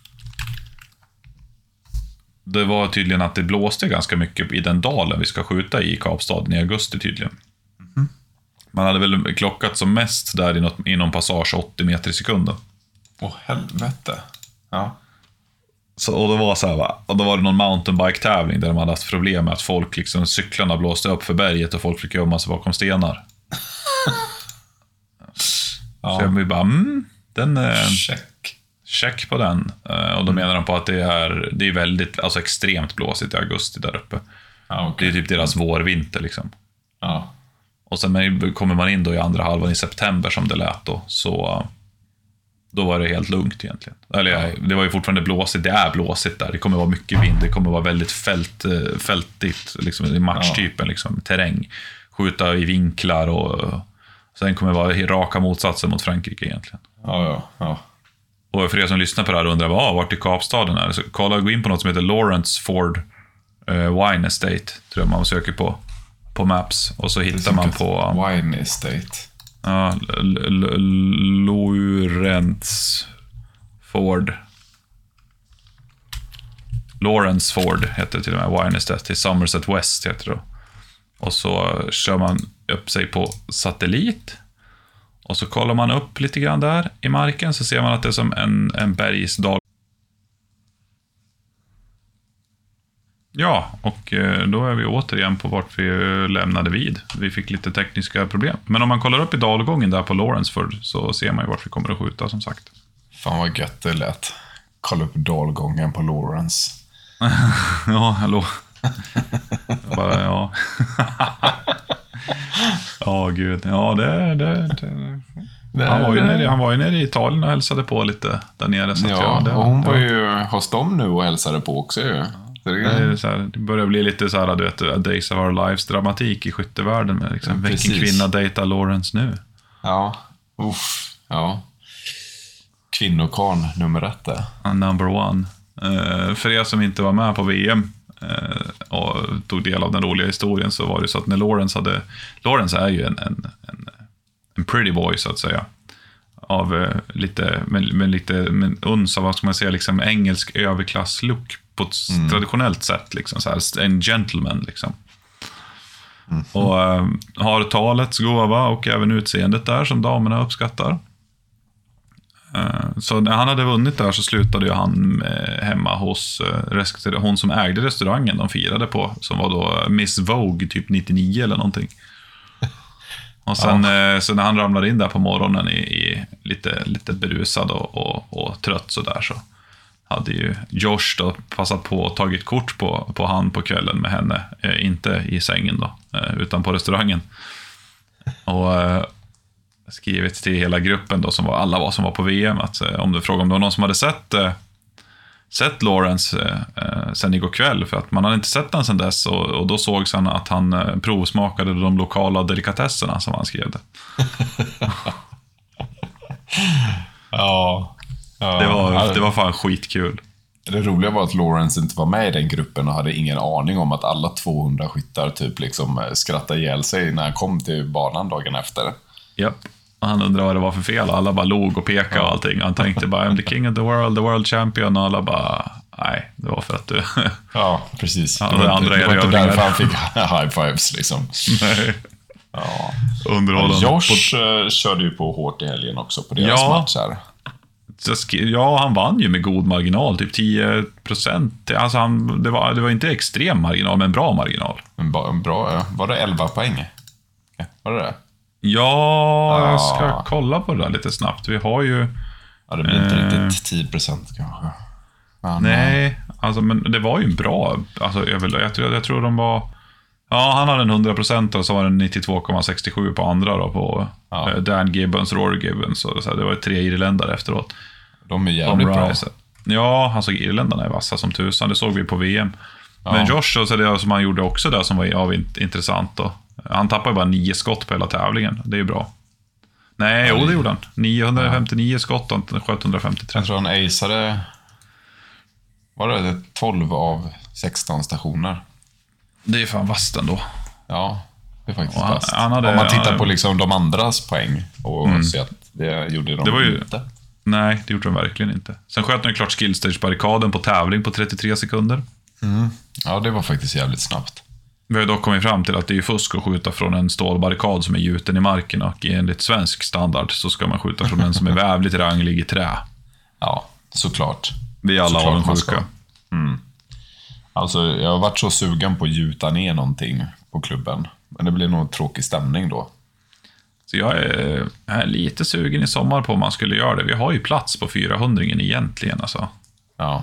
det var tydligen att det blåste ganska mycket i den dalen vi ska skjuta i Kapstaden i augusti tydligen. Mm. Man hade väl klockat som mest där i något, inom passage åttio meter i sekunden. Åh, helvete. Ja. Så, och, då var så här, va? Och då var det någon mountainbike-tävling där de hade haft problem med att folk, liksom, cyklarna blåste upp för berget och folk fick gömma sig bakom stenar. Ja. Så jag vill bara, mm, den... Eh, Check. check på den. Eh, och då menar de på att det är, det är väldigt, alltså extremt blåsigt i augusti där uppe. Ja, Det okej. är typ deras vårvinter liksom. Ja. Och sen kommer man in då i andra halvan i september som det lät då, så då var det helt lugnt egentligen. Eller ja. Det var ju fortfarande blåsigt, det är blåsigt där. Det kommer vara mycket vind, det kommer vara väldigt fält, fältigt liksom, i matchtypen, liksom, terräng. skjuta i vinklar och sen kommer det vara raka motsatsen mot Frankrike egentligen. Ja, ja, ja. Och för er som lyssnar på det här och undrar vad, vart i Kapstaden är, så kolla, gå in på något som heter Lawrence Ford uh, Wine Estate, tror jag man söker på på Maps, och så hittar man på Wine Estate. Ja, Lawrence Ford Lawrence Ford heter det till och med, Wine Estate i Somerset West heter det. Och så kör man upp sig på satellit. Och så kollar man upp lite grann där i marken, så ser man att det är som en, en bergsdal. Ja, och då är vi återigen på vart vi lämnade vid. Vi fick lite tekniska problem. Men om man kollar upp i dalgången där på Lawrenceford så ser man ju vart vi kommer att skjuta, som sagt. Fan vad gött det lät. Kolla upp dalgången på Lawrence. Ja, hallå. Bara, ja. Ja, gud. Ja, det... det, det. Han, var ju nere, han var ju nere i Italien och hälsade på lite där nere. Så ja, ja, det, och hon var ja. ju hos dem nu och hälsade på också ju. Det, är så här, det börjar bli lite så här, du vet, Days of Our Lives dramatik i skyttevärlden med liksom, ja, vilken kvinna dejtar Lawrence nu? Ja, uff, ja. Kvinnokarn nummer ett där. Number one. Uh, för er som inte var med på V M uh, och tog del av den roliga historien, så var det så att när Lawrence hade... Lawrence är ju en, en, en, en pretty boy, så att säga. Av uh, lite, med, med lite med uns av, vad ska man säga, liksom engelsk överklass-look på ett mm. traditionellt sätt, liksom så här, en gentleman liksom. Mm. Och uh, har talets gåva och även utseendet där som damerna uppskattar. Uh, så när han hade vunnit där så slutade ju han uh, hemma hos uh, hon som ägde restaurangen de firade på, som var då Miss Vogue typ nittionio eller någonting. Och sen ja. uh, så när han ramlade in där på morgonen i, i lite, lite berusad och, och, och trött så där, så hade ju Josh då passat på och tagit kort på, på han på kvällen med henne. Eh, inte i sängen då, eh, utan på restaurangen. Och eh, skrivit till hela gruppen då, som var, alla var som var på V M, att eh, om du frågar om det var någon som hade sett, eh, sett Lawrence eh, sen igår kväll, för att man hade inte sett den sen dess, och, och då sågs han att han eh, provsmakade de lokala delikatesserna, som han skrev det. Ja. Ja, det, var, det var fan skitkul. Det roliga var att Lawrence inte var med i den gruppen och hade ingen aning om att alla tvåhundra skyttar typ liksom skrattade ihjäl sig när han kom till banan dagen efter. Ja, och han undrade vad det var för fel. Alla bara log och pekade och allting. Han tänkte bara, I'm the king of the world, the world champion. Och alla bara, nej, det var för att du... Ja, precis. Ja, det var, andra det var inte därför han fick high fives liksom. Nej. Ja. Underhållande. Josh på... körde ju på hårt i helgen också på deras ja. match här. Ja, han vann ju med god marginal, typ tio procent. Alltså han, det, var, det var inte extrem marginal, men bra marginal. En, ba, en bra, ja. Var det elva poäng? Ja, var det det? Ja, ah. jag ska kolla på det där lite snabbt. Vi har ju... Ja, det blir inte eh, riktigt tio procent kanske. Men, nej, alltså, men det var ju bra. Alltså, jag, jag, tror, jag tror de var... Ja, han hade en hundra procent och så var det nittiotvå komma sextiosju på andra då, på ja. eh, Dan Gibbons, Rory Gibbons. Så, så det var tre irländare efteråt. De är jävligt bra. Ja, alltså irländarna är vassa som tusan. Det såg vi på V M. Ja. Men Josh, så det som han gjorde också där som var av intressant då. Han tappade bara nio skott på hela tävlingen. Det är ju bra. Nej, ja, jo det gjorde han. niohundrafemtionio ja. skott och han sköt hundrafemtiotre. Jag tror han aceade... Var det tolv av sexton stationer? Det är fan vast ändå. Ja, det är faktiskt han, vast. Han hade, om man tittar han, på liksom de andras poäng och mm. ser att det gjorde de det var ju, inte. Nej, det gjorde de verkligen inte. Sen sköt de klart skillstage-barrikaden på tävling på trettiotre sekunder. Mm. Ja, det var faktiskt jävligt snabbt. Vi har ju dock kommit fram till att det är fusk att skjuta från en stålbarrikad som är gjuten i marken, och enligt svensk standard så ska man skjuta från en som är vävligt ranglig i trä. Ja, såklart. Vi är alla avundsjuka. Mm. Alltså, jag har varit så sugen på att gjuta ner någonting på klubben. Men det blir nog tråkig stämning då. Så jag är, jag är lite sugen i sommar på om man skulle göra det. Vi har ju plats på fyrahundra egentligen. Alltså. Ja.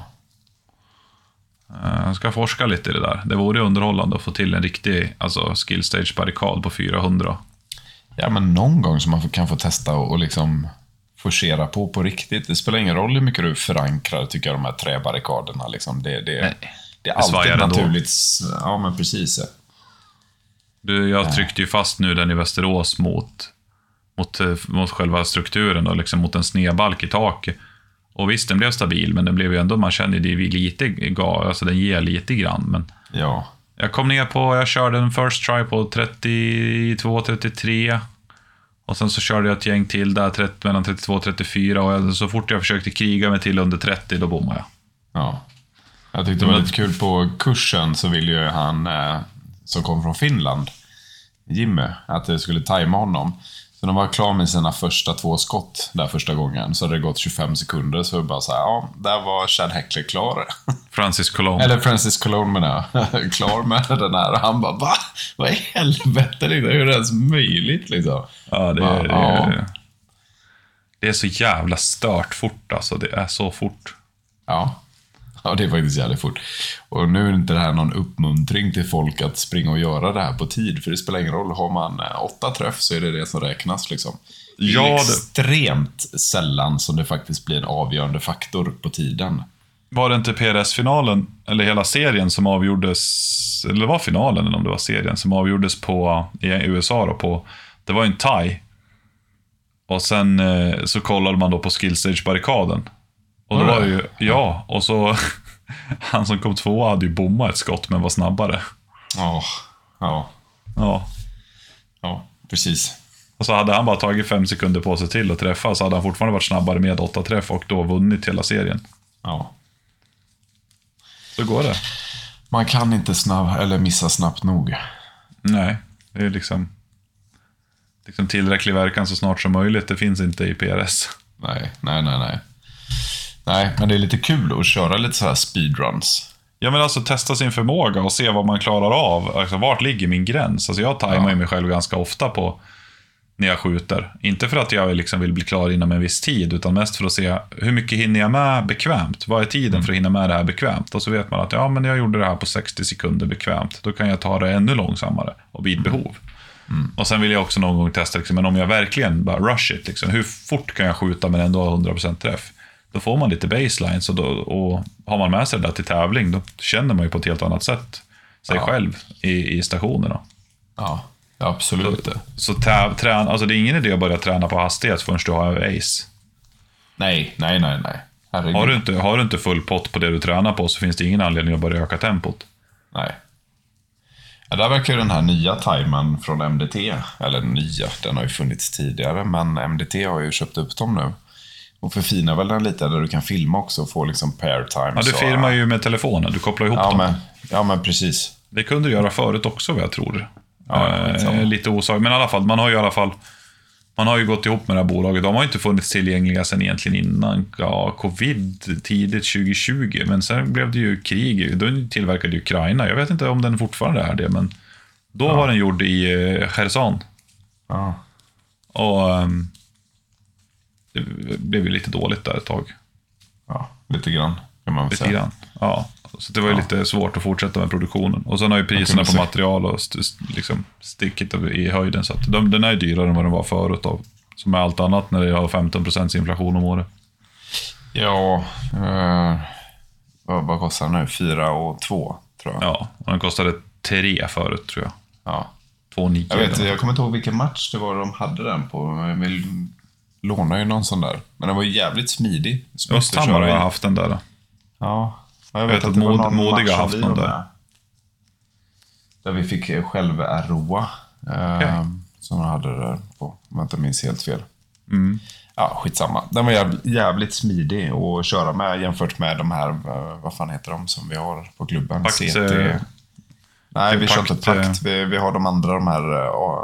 Jag ska forska lite i det där. Det vore underhållande att få till en riktig alltså, skillstage-barrikad på fyrahundra. Ja, men någon gång så man kan få testa och, och liksom forcera på på riktigt. Det spelar ingen roll hur mycket du förankrar, tycker jag, de här träbarrikaderna. Liksom. Det, det, Nej, det är alltid det naturligt. Ja, men precis. Du, jag tryckte ju fast nu den i Västerås mot, mot, mot själva strukturen och liksom mot en snedbalk i taket. Och visst, den blev stabil, men den blev ju ändå, man känner det lite, alltså den ger lite grann. Men Ja. jag kom ner på, jag körde en first try på trettiotvå trettiotre. Och sen så körde jag ett gäng till där, trettio, mellan trettiotvå och trettiofyra. Och jag, så fort jag försökte kriga mig till under trettio, då bommade jag. Ja. Jag tyckte det var lite kul på kursen, så ville ju han eh, som kom från Finland, Jimmy, att jag skulle tajma honom. Så när han var klar med sina första två skott där första gången, så hade det gått tjugofem sekunder. Så jag bara så här, ja, där var Chad Heckler klar. Francis Cologne. Eller Francis Cologne menar jag. Klar med den här. Och han bara, va? Vad i helvete? Liksom? Hur är det ens möjligt liksom? Ja, det bara, är, det, ja. är, det är så jävla stört fort alltså. Det är så fort. Ja. Ja, det är faktiskt jävligt fort. Och nu är inte det här någon uppmuntring till folk att springa och göra det här på tid. För det spelar ingen roll. Har man åtta träff så är det det som räknas liksom. Det är Ja, det... extremt sällan som det faktiskt blir en avgörande faktor på tiden. Var det inte P R S-finalen, eller hela serien som avgjordes, eller var finalen eller om det var serien som avgjordes på, i U S A då, på, det var en tie. Och sen eh, så kollade man då på skillstage-barrikaden. Och då var det ju, ja, och så han som kom tvåa hade ju bommat ett skott men var snabbare. Ja, ja, Ja. ja, precis. Och så hade han bara tagit fem sekunder på sig till att träffa, så hade han fortfarande varit snabbare med åtta träff och då vunnit hela serien. Ja. Så går det. Man kan inte snabb, eller missa snabbt nog. Nej, det är liksom, liksom tillräcklig verkan så snart som möjligt. Det finns inte i P R S. Nej, nej, nej, nej. Nej, men det är lite kul att köra lite så här speedruns. Ja, men alltså testa sin förmåga och se vad man klarar av. Alltså, vart ligger min gräns? Alltså, jag tajmar ju mig själv ganska ofta på när jag skjuter. Inte för att jag liksom vill bli klar inom en viss tid, utan mest för att se hur mycket hinner jag med bekvämt. Vad är tiden mm. för att hinna med det här bekvämt? Och så vet man att ja, men jag gjorde det här på sextio sekunder bekvämt. Då kan jag ta det ännu långsammare och vid behov. Mm. Och sen vill jag också någon gång testa, liksom, men om jag verkligen bara rush it, liksom, hur fort kan jag skjuta men ändå ha hundra procent träff? Då får man lite baseline, så då, och har man med sig det där till tävling, då känner man ju på ett helt annat sätt sig ja. själv i, i stationerna. Ja, absolut. Så, så täv, trän, alltså det är ingen idé att börja träna på hastighet förrän du har ace. Nej, nej, nej, nej. Har du, inte, har du inte full pott på det du tränar på, så finns det ingen anledning att börja öka tempot. Nej. Ja, där verkar ju den här nya timern från M D T, eller nya, den har ju funnits tidigare, men M D T har ju köpt upp dem nu. Och förfinar väl den lite där du kan filma också och få liksom pair time. Ja, du filmar ju med telefonen, du kopplar ihop ja, dem. Men, ja, men precis. Det kunde du göra förut också, vad jag tror. Ja, eh, lite osagt, men i alla fall, man har ju i alla fall man har ju gått ihop med det här bolaget. De har ju inte funnits tillgängliga sedan egentligen innan ja, covid tidigt tjugo tjugo, men sen blev det ju krig. Då tillverkade ju Ukraina. Jag vet inte om den fortfarande är det, men då ja. var den gjord i eh, Cherson. Ja. Och um, det blev ju lite dåligt där ett tag. Ja, lite grann kan man väl lite säga. Grann. Ja, så det var ju ja. lite svårt att fortsätta med produktionen. Och sen har ju priserna på material och st- liksom stickit i höjden, så att de, den är dyrare än vad den var förut av, som är allt annat när det har femton procent inflation om året. Ja, eh, vad, vad kostar den nu? fyra och två tror jag. Ja, och den kostade tre förut tror jag. Ja. två nio. Jag vet, jag kommer inte ihåg vilken match det var de hade den på. Jag vill låna ju någon sån där. Men den var ju jävligt smidig. Östhammar har haft den där. Då. Ja, jag vet, jag vet att, att mod, Modiga har haft någon där. Med. Där vi fick själv roa. Okay. Eh, som de hade där på. Om jag inte minns helt fel. Mm. Ja, skitsamma. Den var jävligt, jävligt smidig att köra med jämfört med de här, vad fan heter de som vi har på klubben? Pakt, C T. Nej, vi kör inte Pakt. Vi, vi har de andra, de här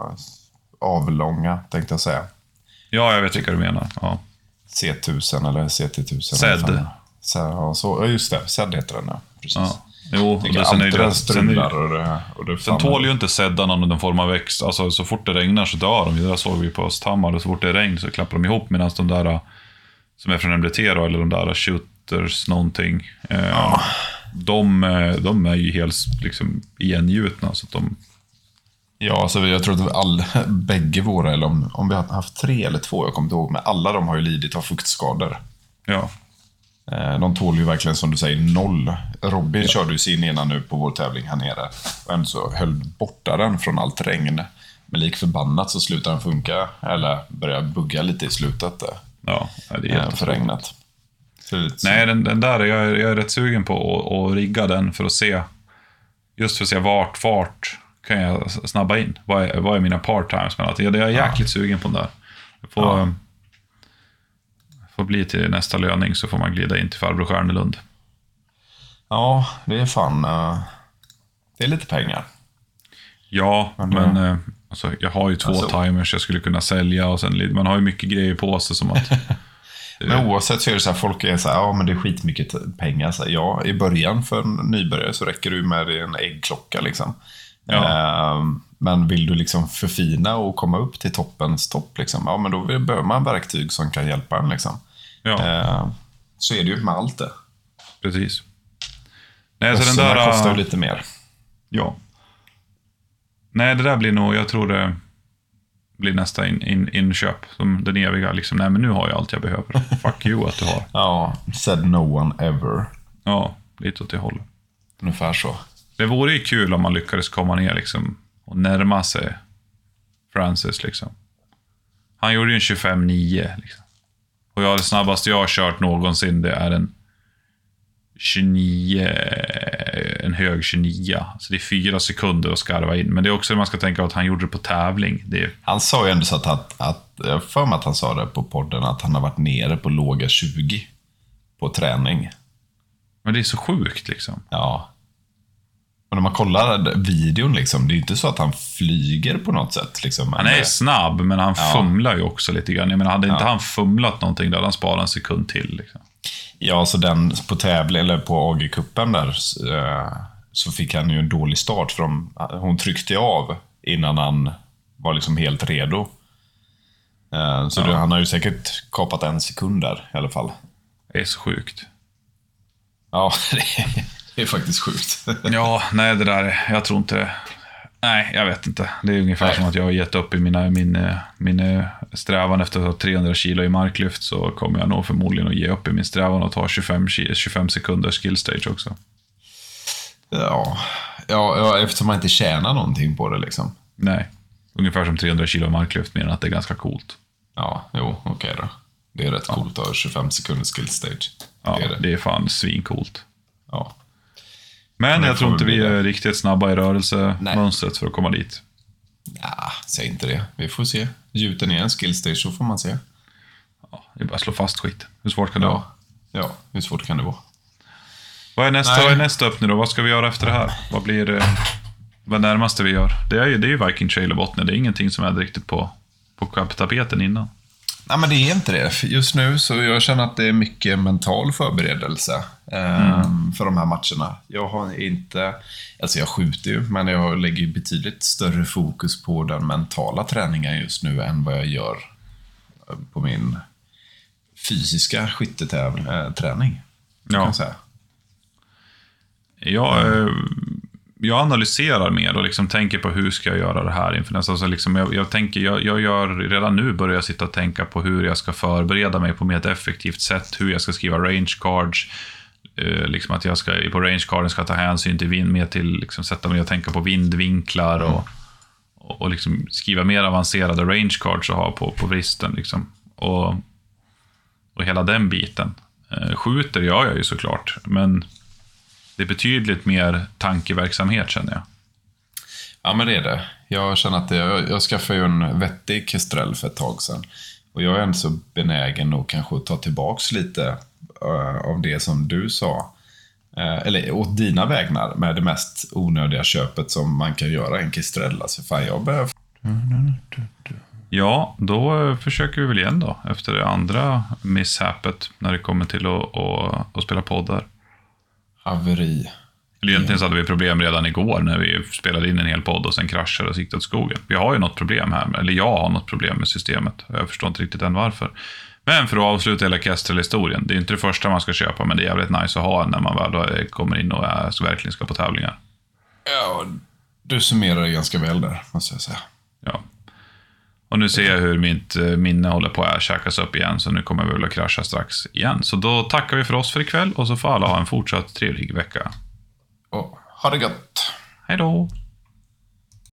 avlånga, tänkte jag säga. Ja, jag vet vilka du menar. Ja. C tusen eller C T tusen. S E D. Så, så, just det, S E D heter den, ja. Precis. Ja. Jo, och det, sen är det, sen, är, och det, och det sen tål ju inte seddan någon form av växt. Alltså, så fort det regnar så dör de. Det där såg vi på Östhammar. Och så fort det regnar så klappar de ihop. Medan de där som är från M D T då, eller de där shooters någonting. Eh, ja. de, de är ju helt liksom igengjutna. Så att de... Ja, alltså jag tror att all, bägge våra, eller om, om vi har haft tre eller två, jag kommer inte ihåg, men alla de har ju lidit av fuktskador. Ja. De tål ju verkligen, som du säger, noll. Robin ja. körde ju sin ena nu på vår tävling här nere. Och ändå så höll borta den från allt regn. Men lik förbannat så slutar den funka. Eller börjar bugga lite i slutet. Ja, det är för regnet. Nej, den, den där, jag är, jag är rätt sugen på att, att rigga den för att se. Just för att se vart fart kan jag snabba in. Vad är, vad är mina part-times? Men att jag, jag är jäkligt ja. sugen på den där. Får, ja. får bli till nästa löning så får man glida in till farbror Stjärnelund. Ja, det är fan... Uh, det är lite pengar. Ja, men, men uh, alltså, jag har ju två alltså, timers jag skulle kunna sälja. Och sen, man har ju mycket grejer på sig som att... Men oavsett så är det så här, folk är så här, ja men det är skitmycket pengar. Så här, ja, i början för en nybörjare så räcker du med en äggklocka liksom. Ja. Uh, men vill du liksom förfina och komma upp till toppens topp liksom, ja men då behöver man verktyg som kan hjälpa en liksom. Ja. Uh, så är det ju med allt det. Precis. Nej, så den där kostar ju lite mer. Ja. Nej, det där blir nog, jag tror det blir nästa in, in, inköp som den eviga liksom, nej men nu har jag allt jag behöver. Fuck you att du har. Ja, said no one ever. Ja, lite åt det hållet. Ungefär så. Det vore ju kul om man lyckades komma ner liksom och närma sig Francis liksom. Han gjorde ju en tjugofem nio liksom. Och jag, det snabbaste jag har kört någonsin, det är en tjugonio, en hög tjugonio. Så det är fyra sekunder att skarva in. Men det är också man ska tänka att han gjorde det på tävling. Det är... Han sa ju ändå så att, att, att jag för mig att han sa det på podden, att han har varit nere på låga tjugo på träning. Men det är så sjukt liksom. Ja. Och när man kollar videon liksom, det är ju inte så att han flyger på något sätt liksom. Han är det... snabb, men han ja. fumlar ju också lite grann. Jag menar, hade inte ja. han fumlat någonting där, han sparar en sekund till liksom. Ja, så den på tävling eller på A G-kuppen där så fick han ju en dålig start för de, hon tryckte av innan han var liksom helt redo. Så ja. det, han har ju säkert kapat en sekund där i alla fall. Det är så sjukt. Ja, det är, det är faktiskt sjukt. Ja, nej det där, jag tror inte det. Nej, jag vet inte. Det är ungefär nej. som att jag har gett upp i mina, min, min strävan efter att ha trehundra kilo i marklyft, så kommer jag nog förmodligen att ge upp i min strävan att ta tjugofem, tjugofem sekunder skill stage också. Ja, ja, ja, eftersom man inte tjänar någonting på det liksom. Nej, ungefär som trehundra kilo i marklyft, menar att det är ganska coolt. Ja, jo, okej okay då. Det är rätt ja. coolt att ha tjugofem sekunder skill stage. Ja, det är, det. det är fan svincoolt. Ja. Men jag tror inte vi är riktigt snabba i rörelsemönstret för att komma dit. Ja, säg inte det. Vi får se. Gjuter ner en skill stage så får man se. Ja, det är bara att slå fast skit. Hur svårt kan det ja. vara? Ja, hur svårt kan det vara? Vad är nästa, vad är nästa upp nu då? Vad ska vi göra efter det här? Vad blir det, vad närmaste vi gör? Det är ju, det är ju Viking Trail och botten. Det är ingenting som är riktigt på, på tapeten innan. Nej, men det är inte det. Just nu så jag känner att det är mycket mental förberedelse eh, mm. för de här matcherna. Jag har inte, alltså jag skjuter ju, men jag lägger betydligt större fokus på den mentala träningen just nu än vad jag gör på min fysiska skytteträning. Ja. Kan säga. Jag, jag analyserar mer och liksom tänker på hur ska jag göra det här inför nästa. Alltså liksom jag, jag, tänker, jag, jag gör, redan nu börjar jag sitta och tänka på hur jag ska förbereda mig på mer ett effektivt sätt. Hur jag ska skriva range cards. Eh, liksom att jag ska, på range carden ska ta hänsyn till vind, mer till liksom sätta mig och tänka på vindvinklar och, mm. och, och liksom skriva mer avancerade range cards och ha på, på vristen. Liksom. Och, och hela den biten. Eh, skjuter gör jag ju såklart, men det är betydligt mer tankeverksamhet, känner jag. Ja, men det är det. Jag känner att det, jag, jag skaffade ju en vettig kestrel för ett tag sedan. Och jag är ändå så benägen att kanske ta tillbaks lite uh, av det som du sa. Uh, eller åt dina vägnar med det mest onödiga köpet som man kan göra i en kestrel. Alltså, fan, jag behöver... Ja, då försöker vi väl igen då. Efter det andra misshappet när det kommer till att, att, att spela poddar. Haveri. Eller egentligen så hade vi problem redan igår när vi spelade in en hel podd och sen kraschade och gick åt skogen. Vi har ju något problem här, eller jag har något problem med systemet. Jag förstår inte riktigt än varför. Men för att avsluta hela Kestrel-historien, det är inte det första man ska köpa, men det är jävligt nice att ha när man väl kommer in och är, så verkligen ska på tävlingar. Ja, du summerar det ganska väl där, måste jag säga. Ja. Och nu ser jag hur mitt minne håller på att käkas upp igen. Så nu kommer vi väl att krascha strax igen. Så då tackar vi för oss för ikväll. Och så får alla ha en fortsatt trevlig vecka. Och ha det gött. Hej då.